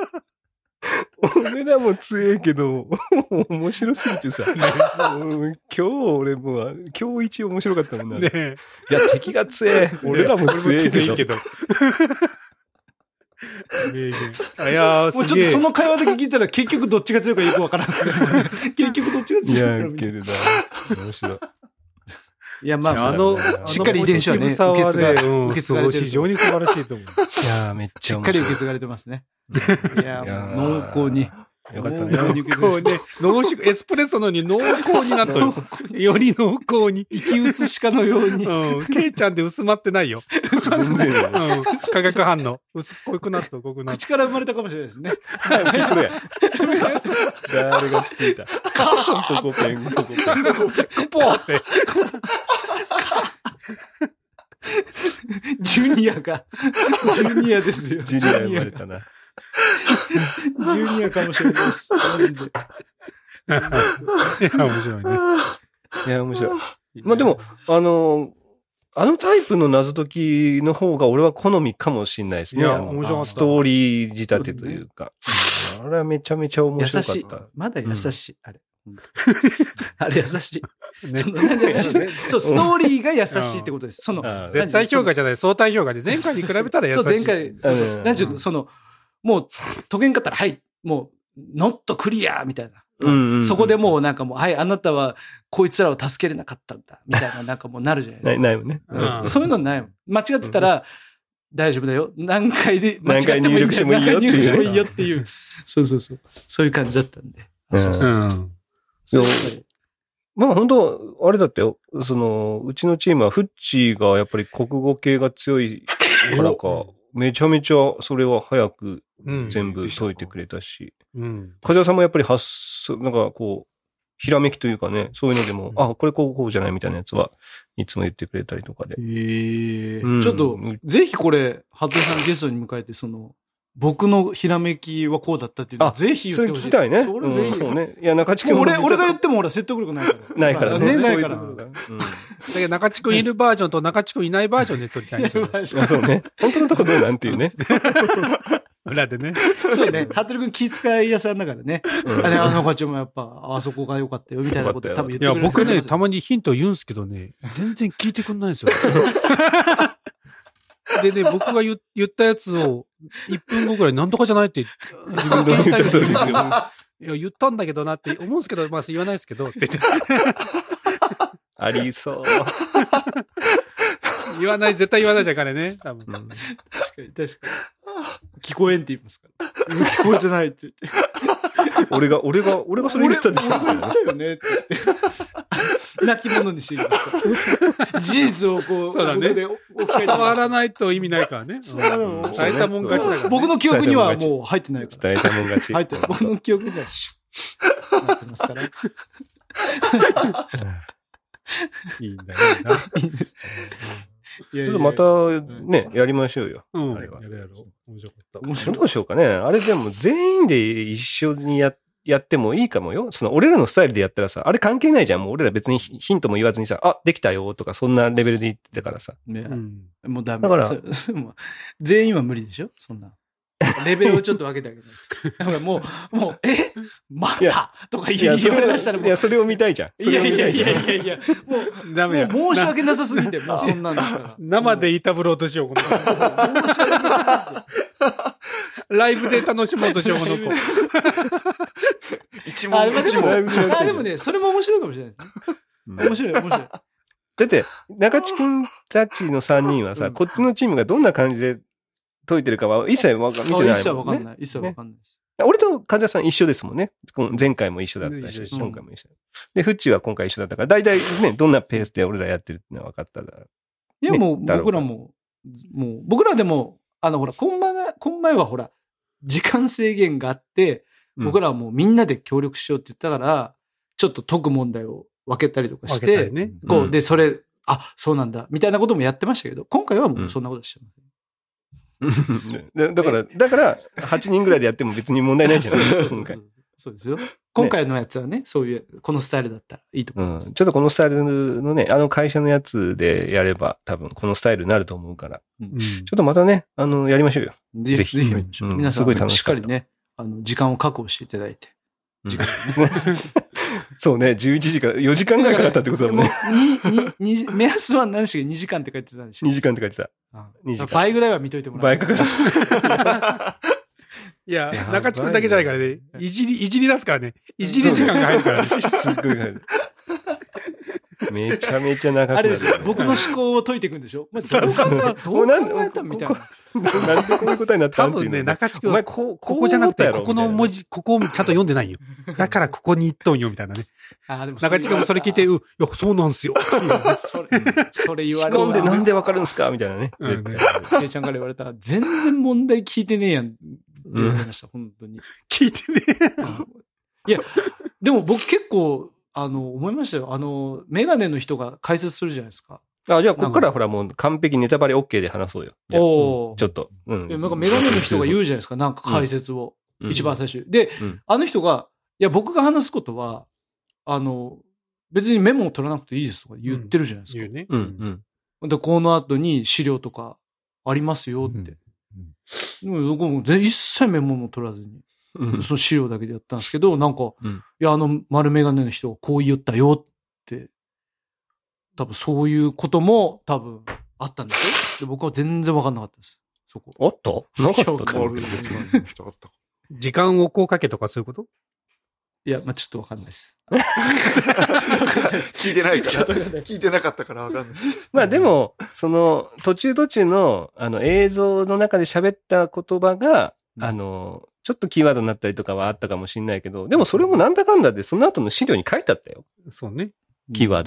俺らも強いけど、面白すぎてさ、ね、今日俺もう、今日一面白かったもんな。ね、いや、敵が強い。俺らも強いけど。けど名言。あ、いやー、 もうちょっとその会話だけ聞いたら結局どっちが強いかよくわからんすね。結局どっちが強いか。いや、けるな。面白い。 いや、まあ、あの、しっかり遺伝子はね、受け継がれ、受け継がれてる。 非常に素晴らしいと思う。 いや、めっちゃしっかり受け継がれてますね。いや、濃厚に。 よかったね。 濃厚ね。濃縮、エスプレッソのに濃厚になったよ。より濃厚に。 生き写しかのように。 うん。ケイちゃんで薄まってないよ。 全然。うん。 化学反応。薄っぽくなった、濃くなった。 口から生まれたかもしれないですね。 はい、ピッコロや。誰がついた。カーンとコペン、コペン。 コポーって。 ジュニアが、ジュニアですよ。 ジュニア生まれたな。 ジュニアかもしれないです。 いや、面白いね。 いや、面白い。まあでも、あの、あのタイプの謎解きの方が俺は好みかもしれないですね。いや、面白かった。ストーリー仕立てというか。うね、あれはめちゃめちゃ面白かった。優しい。 まだ優しい。うん、あれ。あれ優しい。ね、その何優しいそう、ストーリーが優しいってことです。その、 絶対評価じゃない、相対評価で、前回に比べたら優しい。 そう、前回、そうそう。何ちゅうの、その、もう、解けんかったら、はい、もう、ノットクリアみたいな。うんうんうん、そこでもうなんかもう、はい、あなたはこいつらを助けれなかったんだ。みたいな、なんかもうなるじゃないですか。 ない、ないもんね、 うん。そういうのないもん。間違ってたら、大丈夫だよ。何回で、 間違ってもいい。何回入力してもいいよっていう。何回入力してもいいよっていう。そうそうそう。そういう感じだったんで。うん、そうそう。うんそうまあ本当、あれだったよ。その、うちのチームはフッチーがやっぱり国語系が強いからか、 めちゃめちゃそれは早く全部解いてくれたし、 うん。 梶田さんもやっぱり発想、なんかこう、ひらめきというかね、そういうのでも、うん、あ、これこうこうじゃないみたいなやつはいつも言ってくれたりとかで。 ええーうん、ちょっと、ぜひこれ、服部さんゲストに迎えて、その、僕のひらめきはこうだったっていうのをぜひ言ってほしい。 それ聞きたいね。 それぜひ、 うん。そうね。いや、中地君も俺、俺が言っても俺説得力ないから。 ないからね。 ないから。 うん。だけど中地君いるバージョンと中地君いないバージョンで撮りたいんですよ。 そうね。本当のとこどうなんていうね。 裏でね。 そうね。服部君気遣い屋さんだからね。うん、あれ、あの子ちもやっぱ、あそこが良かったよ、みたいなこと多分言ってくれる。 いや、僕ね、たまにヒント言うんすけどね、全然聞いてくんないんですよ。でね、僕が 言, 言ったやつをいっぷんごくらいなんとかじゃないって自分で言ったりするんですよ。いや、言ったんだけどなって思うんですけど、まあ言わないですけど、って言って。 ありそう。 言わない、絶対言わないじゃん、彼ね。多分。 確かに、確かに。聞こえんって言いますから。聞こえてないって言って。 俺が、俺が、俺がそれ言ったんでしょ。 俺が言ったよねって言って。泣き物にしていますから。事実をこう、 そうだね。伝わらないと意味ないからね。 そうだね。 伝えたもん勝ちだから。 僕の記憶にはもう入ってないから。 伝えたもん勝ち。 入ってない。僕の記憶にはシュッなってますから。 いいんだよな。いいです。 ちょっとまたね、やりましょうよ。 うん。あれは。やるやろう。面白かった。面白い。 どうしようかね。あれでも全員で一緒にや、やってもいいかもよ。その俺らのスタイルでやったらさ、あれ関係ないじゃん。もう俺ら別にヒントも言わずにさ、あ、できたよとかそんなレベルで言ってたからさ。 ね。うん、もうダメ。だから、全員は無理でしょそんな。レベルをちょっと分けてあげないと。だからもう、もう、えまたとか言われましたらもう。 いや、それを見たいじゃん。 いやいやいやいやいや、もう、 ダメよ。 もう申し訳なさすぎて、もうそんなんだから。 生でいたぶろうとしよう、この子。申し訳なさすぎて。ライブで楽しもうとしよう、この子。 一問一問。あ、でもね、それも面白いかもしれないですね。面白い、面白い。 だって、中地君たちのさんにんはさ、こっちのチームがどんな感じで解いてるかは一切わか見てないもんね。 一切わかんない。一切わかんないです。 俺と梶田さん一緒ですもんね。前回も一緒だったし、今回も一緒。で、フッチーは今回一緒だったから、だいたいね、どんなペースで俺らやってるってのは分かったら。 いや、もう僕らも、もう、僕らでも、あの、ほら、今前、今前はほら、時間制限があって、僕らはもうみんなで協力しようって言ったから、ちょっと解く問題を分けたりとかして、 ね、 こう、で、それ、あ、そうなんだ、みたいなこともやってましたけど、今回はもうそんなことしてません。 だから、だから、はちにんぐらいでやっても別に問題ないじゃないですか、今回。 そうですよ。今回のやつはね、そういう、このスタイルだったらいいと思います。 うん、ちょっとこのスタイルのね、あの会社のやつでやれば、多分このスタイルになると思うから、うん、ちょっとまたね、あの、やりましょうよ。 ぜひ、ぜひやりましょう。うん、皆さん、すごい楽しっかりね、あの、時間を確保していただいて。時間をね。 そうね、じゅういちじかん、よじかんぐらいかかったってことだもんね。 に、に、目安は何しかにじかんって書いてたんでしょ ?に時間って書いてた。 にじかん。倍ぐらいは見といてもらう。 倍かかる。 いや、中地君だけじゃないからね。いじり、いじり出すからね。いじり時間が入るからね。すっごい入る。めちゃめちゃ長くなる、ね。 あれ、僕の思考を解いていくんでしょまあ、そうそうそう。どう考えたみたいな。 なんでこういう答えになったん多分ね、中地君、お前こ、ここじゃなくて、ここの文字、ここをちゃんと読んでないよ。だからここに行っとんよ、みたいなね。あでも中地君もそれ聞いて、う、いや、そうなんすよ。 それ、それ言われる。仕込んでなんでわかるんすかみたいなね。 うん。ケイちゃんから言われたら、全然問題聞いてねえやん。って言われました、本当に。 聞いてねえやん。 いや、でも僕結構、あの、思いましたよ。あの、メガネの人が解説するじゃないですか。 あ、じゃあ、こっからほらもう完璧ネタバレ OK で話そうよ。じゃあ、おちょっと。うん。 なんかメガネの人が言うじゃないですか。なんか解説を。うん、一番最初。で、うん、あの人が、いや、僕が話すことは、あの、別にメモを取らなくていいですとか言ってるじゃないですか。うん、言うね。うんうん。で、この後に資料とかありますよって。うんうん、僕も一切メモも取らずに。うん、その資料だけでやったんですけど、なんか、うん、いや、あの丸メガネの人がこう言ったよって、多分そういうことも多分あったんですよ。で僕は全然わかんなかったです。そこ。 あったなかった時間をこうかけとかそういうこといや、まあ、ちょっとわかんないです。 聞いてないから。聞いてなかったからわかんない。 まあでも、その、途中途中の、あの、映像の中で喋った言葉が、うん、あの、ちょっとキーワードになったりとかはあったかもしれないけど、でもそれもなんだかんだでその後の資料に書いてあったよ。 そうね。 キーワードは。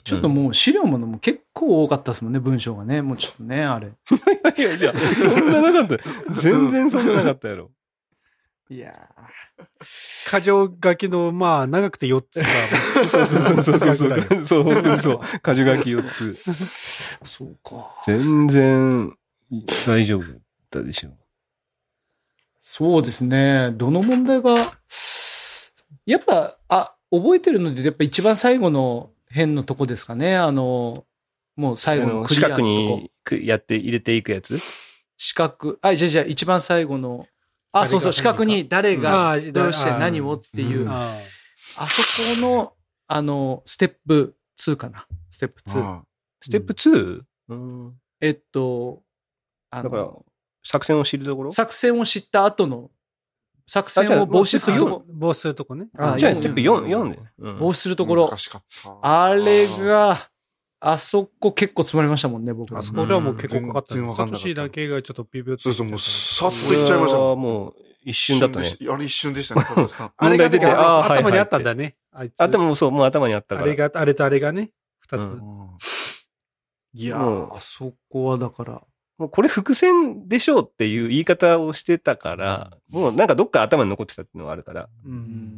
ちょっともう資料ものも結構多かったですもんね、文章がね。もうちょっとね、あれ。 いやいや、そんななかった。全然そんななかったやろ。 いやー。箇条書きの、まあ、長くてよっつか。 そうそうそうそうそう。そう、本当にそう。箇条書きよっつ。 そうか。 全然大丈夫だったでしょ。 そうですね。どの問題が、やっぱ、あ、覚えてるので、やっぱ一番最後の辺のとこですかね。あの、もう最後のクリアのとこ。 四角にやって入れていくやつ四角。あ、じゃあじゃあ一番最後の、あ、そうそう、四角に誰がどうして何をっていう、あ, あそこの、あの、ステップツーかな。ステップツー。 ステップツー？ うん、 えっと、あの、 だから作戦を知るところ作戦を知った後の、作戦を防止するところ。 防止するとこね。 あ、じゃあステップよん、よんで、 うん。防止するところ。 難しかった。 あれが、あそこ結構詰まりましたもんね、僕。 あそこではもう結構かかった。サトシだけがちょっとビビッと。 そうそう、もうさっといっちゃいました。 もう一瞬だったね。 あれ一瞬でしたね、 あれが出て、あ頭にあったんだね。あいつ。 頭もそう、もう頭にあったから。 あれが、あれとあれがね、二つ。 いやー、あそこはだから。 もうこれ伏線でしょうっていう言い方をしてたから、もうなんかどっか頭に残ってたっていうのがあるから。うん、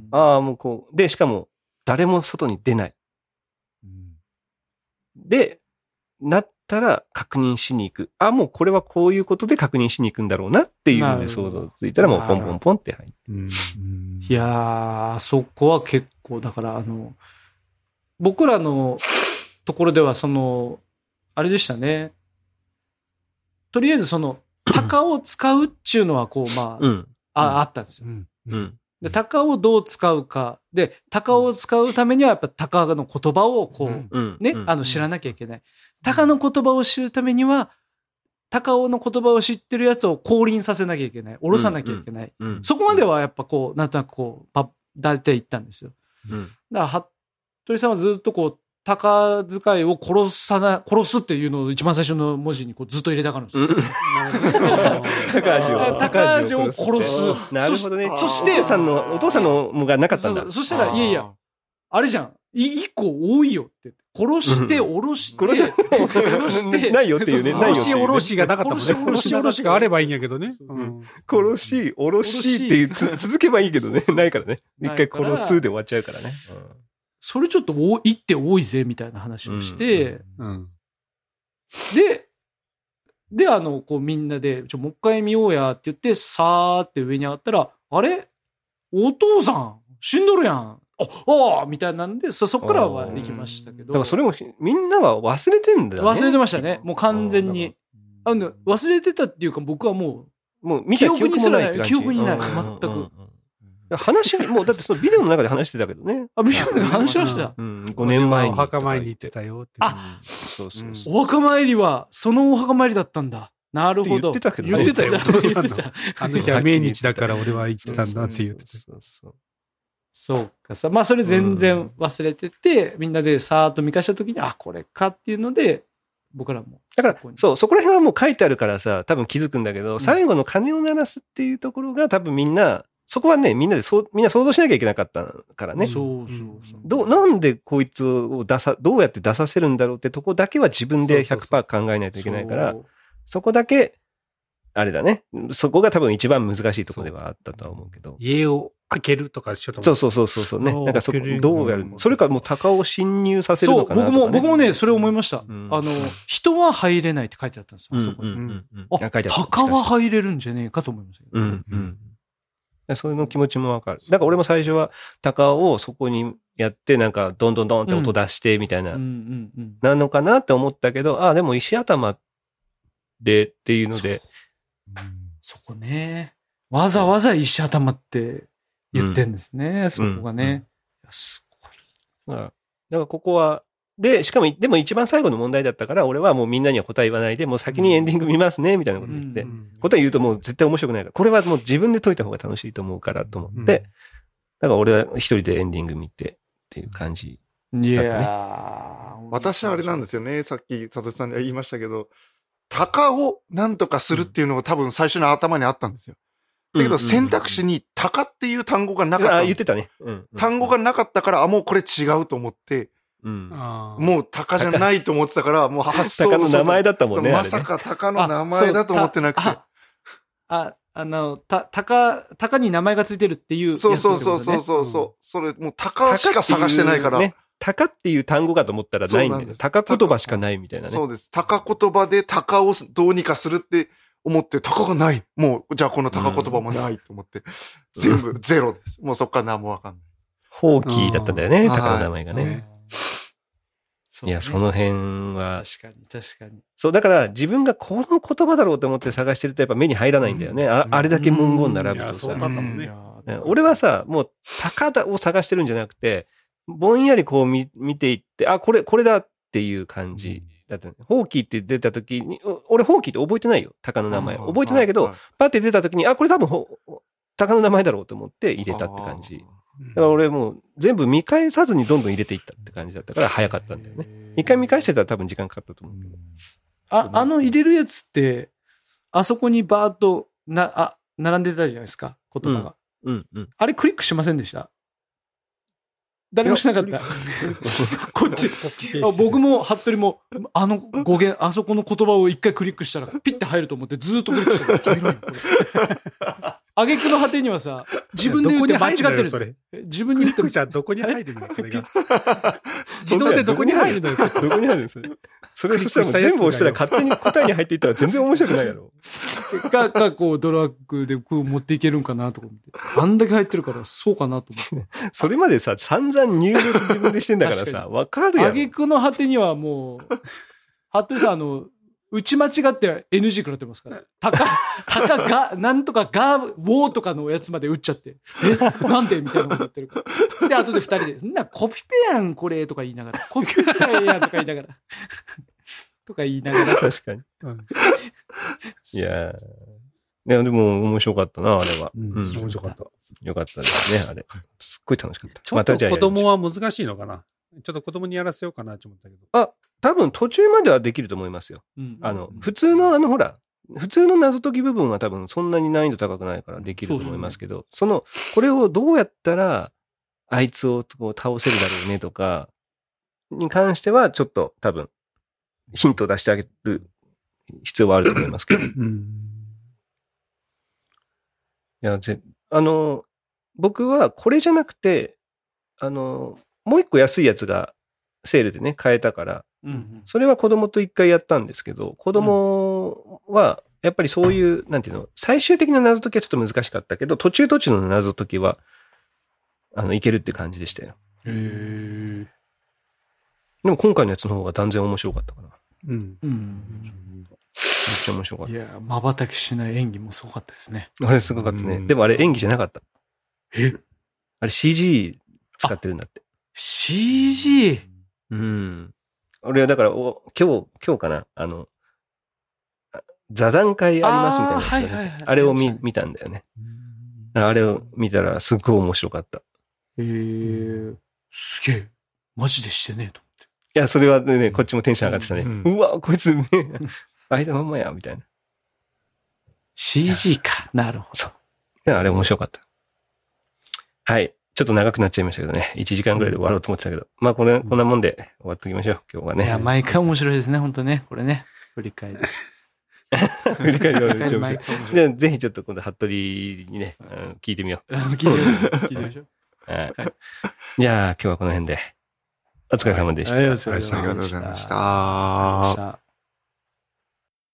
ああ、もうこう。で、しかも誰も外に出ない。うん、で、なったら確認しに行く。あ、もうこれはこういうことで確認しに行くんだろうなっていうので想像ついたらもうポンポンポンって入って。うん、 いやー、あそこは結構、だからあの、僕らのところではその、あれでしたね。とりあえずその、鷹を使うっていうのはこう、まあ、うん、あ、あったんですよ。うんうん、で、鷹をどう使うか。で、鷹を使うためにはやっぱ鷹の言葉をこう、うん、ね、あの、知らなきゃいけない。鷹の言葉を知るためには、鷹の言葉を知ってるやつを降臨させなきゃいけない。下ろさなきゃいけない。うんうん、そこまではやっぱこう、なんとなくこう、パ大体言ったんですよ。うん、だから、服部さんはずっとこう、鷹使いを殺さな、殺すっていうのを一番最初の文字にこうずっと入れたがるんですよ。 高橋を。 高橋を殺す。 なるほどね。そして、お父さんの、お父さんのもがなかったんだ。 そ, そしたら、いやいや、あれじゃん。一個多いよって。殺して、おろして、殺して、ないよっていうね。ないよ殺し、おろしがなかったもんね。殺し、おろしがあればいいんやけどね。 殺し、おろしって続けばいいけどね。ないからね。一回殺すで終わっちゃうからね。 それちょっと一手多いぜ、みたいな話をして、うんうん、で、で、あの、こうみんなで、ちょ、もう一回見ようやって言って、さーって上に上がったら、あれお父さん死んどるやん。あ、あみたいなんで、そ、そっからは行きましたけど。 だからそれもみんなは忘れてんだよね。 忘れてましたね。もう完全に。あの、忘れてたっていうか僕はもう、もう見た記憶にすらない。 記憶にない。全く。 話、もうだってそのビデオの中で話してたけどね。 あ、ビデオで話しました。 うん、ごねんまえに。 お墓参り行ってたよって。 あ、そうそうそう。お墓参りは、そのお墓参りだったんだ。なるほど。 言ってたけどね。言ってたよ。あの日は命日だから俺は行ってたんだって言ってた。そうそう。 そうかさ。まあそれ全然忘れてて、みんなでさーっと見返したときに、あ、これかっていうので、僕らも。 だから、そう、そこら辺はもう書いてあるからさ、多分気づくんだけど、最後の鐘を鳴らすっていうところが多分みんな、そこはね、みんなでそう、みんな想像しなきゃいけなかったからね。 そうそうそう。 どう、なんでこいつを出さ、どうやって出させるんだろうってとこだけは自分で ひゃくパーセント 考えないといけないから、そうそうそう、そこだけ、あれだね。そこが多分一番難しいところではあったとは思うけど。 家を開けるとかしようと思う。そうそうそうそうね。なんかそこ、どうやる、それかもう鷹を侵入させるのかなとか、ね。 そう、僕も、僕もね、それ思いました。うん、あの、人は入れないって書いてあったんですよ、あそこに。うんうんうん、あ、鷹は入れるんじゃねえかと思いましたけど。うんうんそういうの気持ちもわかる。だから俺も最初は鷹をそこにやってなんかどんどんどんって音出してみたいな、なのかなって思ったけど、ああでも石頭でっていうので。 そ, そこね。わざわざ石頭って言ってんですね。うん、そこがね。うんうん、すごい。だからここは、で、しかも、でも一番最後の問題だったから、俺はもうみんなには答え言わないで、もう先にエンディング見ますね、みたいなこと言って、うんうん、答え言うともう絶対面白くないから、これはもう自分で解いた方が楽しいと思うからと思って、うん、だから俺は一人でエンディング見てっていう感じだったね。いやー、私はあれなんですよね。さっき、佐藤さんに言いましたけど、鷹を何とかするっていうのが多分最初の頭にあったんですよ。だけど選択肢に鷹っていう単語がなかった。 あ、言ってたね。 うんうん、単語がなかったから、あ、もうこれ違うと思って、 うん、 もう鷹じゃないと思ってたから、もう発想鷹の名前だったもんね。 まさか鷹の名前だと思ってなくて。 あ、あ、あの、た、鷹、鷹に名前がついてるっていうやつ、 ね。そうそうそうそうそう。うん、それ、もう鷹しか探してないから。 ね、鷹っていう単語かと思ったらないんだよね。鷹言葉しかないみたいなね。 そうです。鷹言葉で鷹をどうにかするって思って、鷹がない。もう、じゃあこの鷹言葉もないと思って、うん、全部ゼロです。もうそっから何もわかんない。 ホーキーだったんだよね、鷹の名前がね。はいいや、その辺は。 確かに、確かに。 そう、だから自分がこの言葉だろうと思って探してるとやっぱ目に入らないんだよね。うん、あ, あれだけ文言並ぶとさ。そうだったもんね。俺はさ、もう、鷹を探してるんじゃなくて、ぼんやりこう 見, 見ていって、あ、これ、これだっていう感じだった、ね。ホーキーって出た時に、俺ホーキーって覚えてないよ。鷹の名前。覚えてないけど、パッて出た時に、あ、これ多分鷹の名前だろうと思って入れたって感じ。だから俺もう全部見返さずにどんどん入れていったって感じだったから早かったんだよね。一回見返してたら多分時間かかったと思うけど。 あ、あの入れるやつって、あそこにバーっとな、あ、並んでたじゃないですか、言葉が。 うん、うん、うん。 あれクリックしませんでした？誰もしなかった。こっち。僕も、服部も、あの語源、あそこの言葉を一回クリックしたら、ピッて入ると思ってずーっとクリックしてた。あげくの果てにはさ、自分で言って間違ってる。 それ自分に言ってクリックじゃどこに入るのそれが。自動でどこに入るのよ。 どこに入るのそれ。それそしたらもう全部押したら勝手に答えに入っていったら全然面白くないやろ。 か、か、こう、ドラッグでこう持っていけるんかなとか思って。あんだけ入ってるから、そうかなと思って。 それまでさ、散々入力自分でしてんだからさ、わかるやん。 あげくの果てにはもう、服部さん、あの、打ち間違って エヌジー 食らってますから。たか、たかが、なんとかが、ウォーとかのやつまで打っちゃって。え、なんでみたいなことやってるから。で、後で二人で、んな、コピペやん、これ、とか言いながら。コピペしたらええやん、とか言いながら。とか言いながら。 確かに。うん、いやいや、でも面白かったな、あれは。 うん、うん、面白かった。 よかったですね、あれ。すっごい楽しかった。 ちょっと子供は難しいのかな。ちょっと子供にやらせようかなと思ったけど。 あ、多分途中まではできると思いますよ。うん、あの、普通のあの、ほら、普通の謎解き部分は多分そんなに難易度高くないからできると思いますけど、その、これをどうやったら、あいつをこう倒せるだろうねとか、に関してはちょっと多分、ヒントを出してあげる必要はあると思いますけど。うん、いや、ぜ、あの、僕はこれじゃなくて、あの、もう一個安いやつがセールでね、買えたから、うんうん、それは子供と一回やったんですけど、子供は、やっぱりそういう、なんていうの、最終的な謎解きはちょっと難しかったけど、途中途中の謎解きは、あの、いけるって感じでしたよ。へー。でも今回のやつの方が断然面白かったかな。うん。うん。めっちゃ面白かった。 いや、瞬きしない演技もすごかったですね。 あれすごかったね。でもあれ演技じゃなかった。 え？ あれ シージー 使ってるんだって。 シージー？ うん。俺はだからお、今日、今日かな、あの、座談会ありますみたいなやつ、ね。あ、はいはいはい、あれを見、見たんだよね。あれを見たらすっごい面白かった。 へー。すげえ。マジでしてねえと思って。 いや、それはね、こっちもテンション上がってたね。うんうん、うわ、こいつ、ね、間まんまや、みたいな。 シージー か。なるほど。 そう。いや、あれ面白かった。はい。ちょっと長くなっちゃいましたけどね。いちじかんぐらいで終わろうと思ってたけど。まあ、これ、こんなもんで終わっておきましょう。今日はね。 いや、毎回面白いですね、本当ね。これね。振り返り。 振り返りを面白い。じゃあ、ぜひちょっと今度、服部にね、聞いてみよう。 聞いてみよう。聞いてみましょう。 はい。じゃあ、今日はこの辺で。お疲れ様でした。 はい、お疲れ様でした。 ありがとうございました。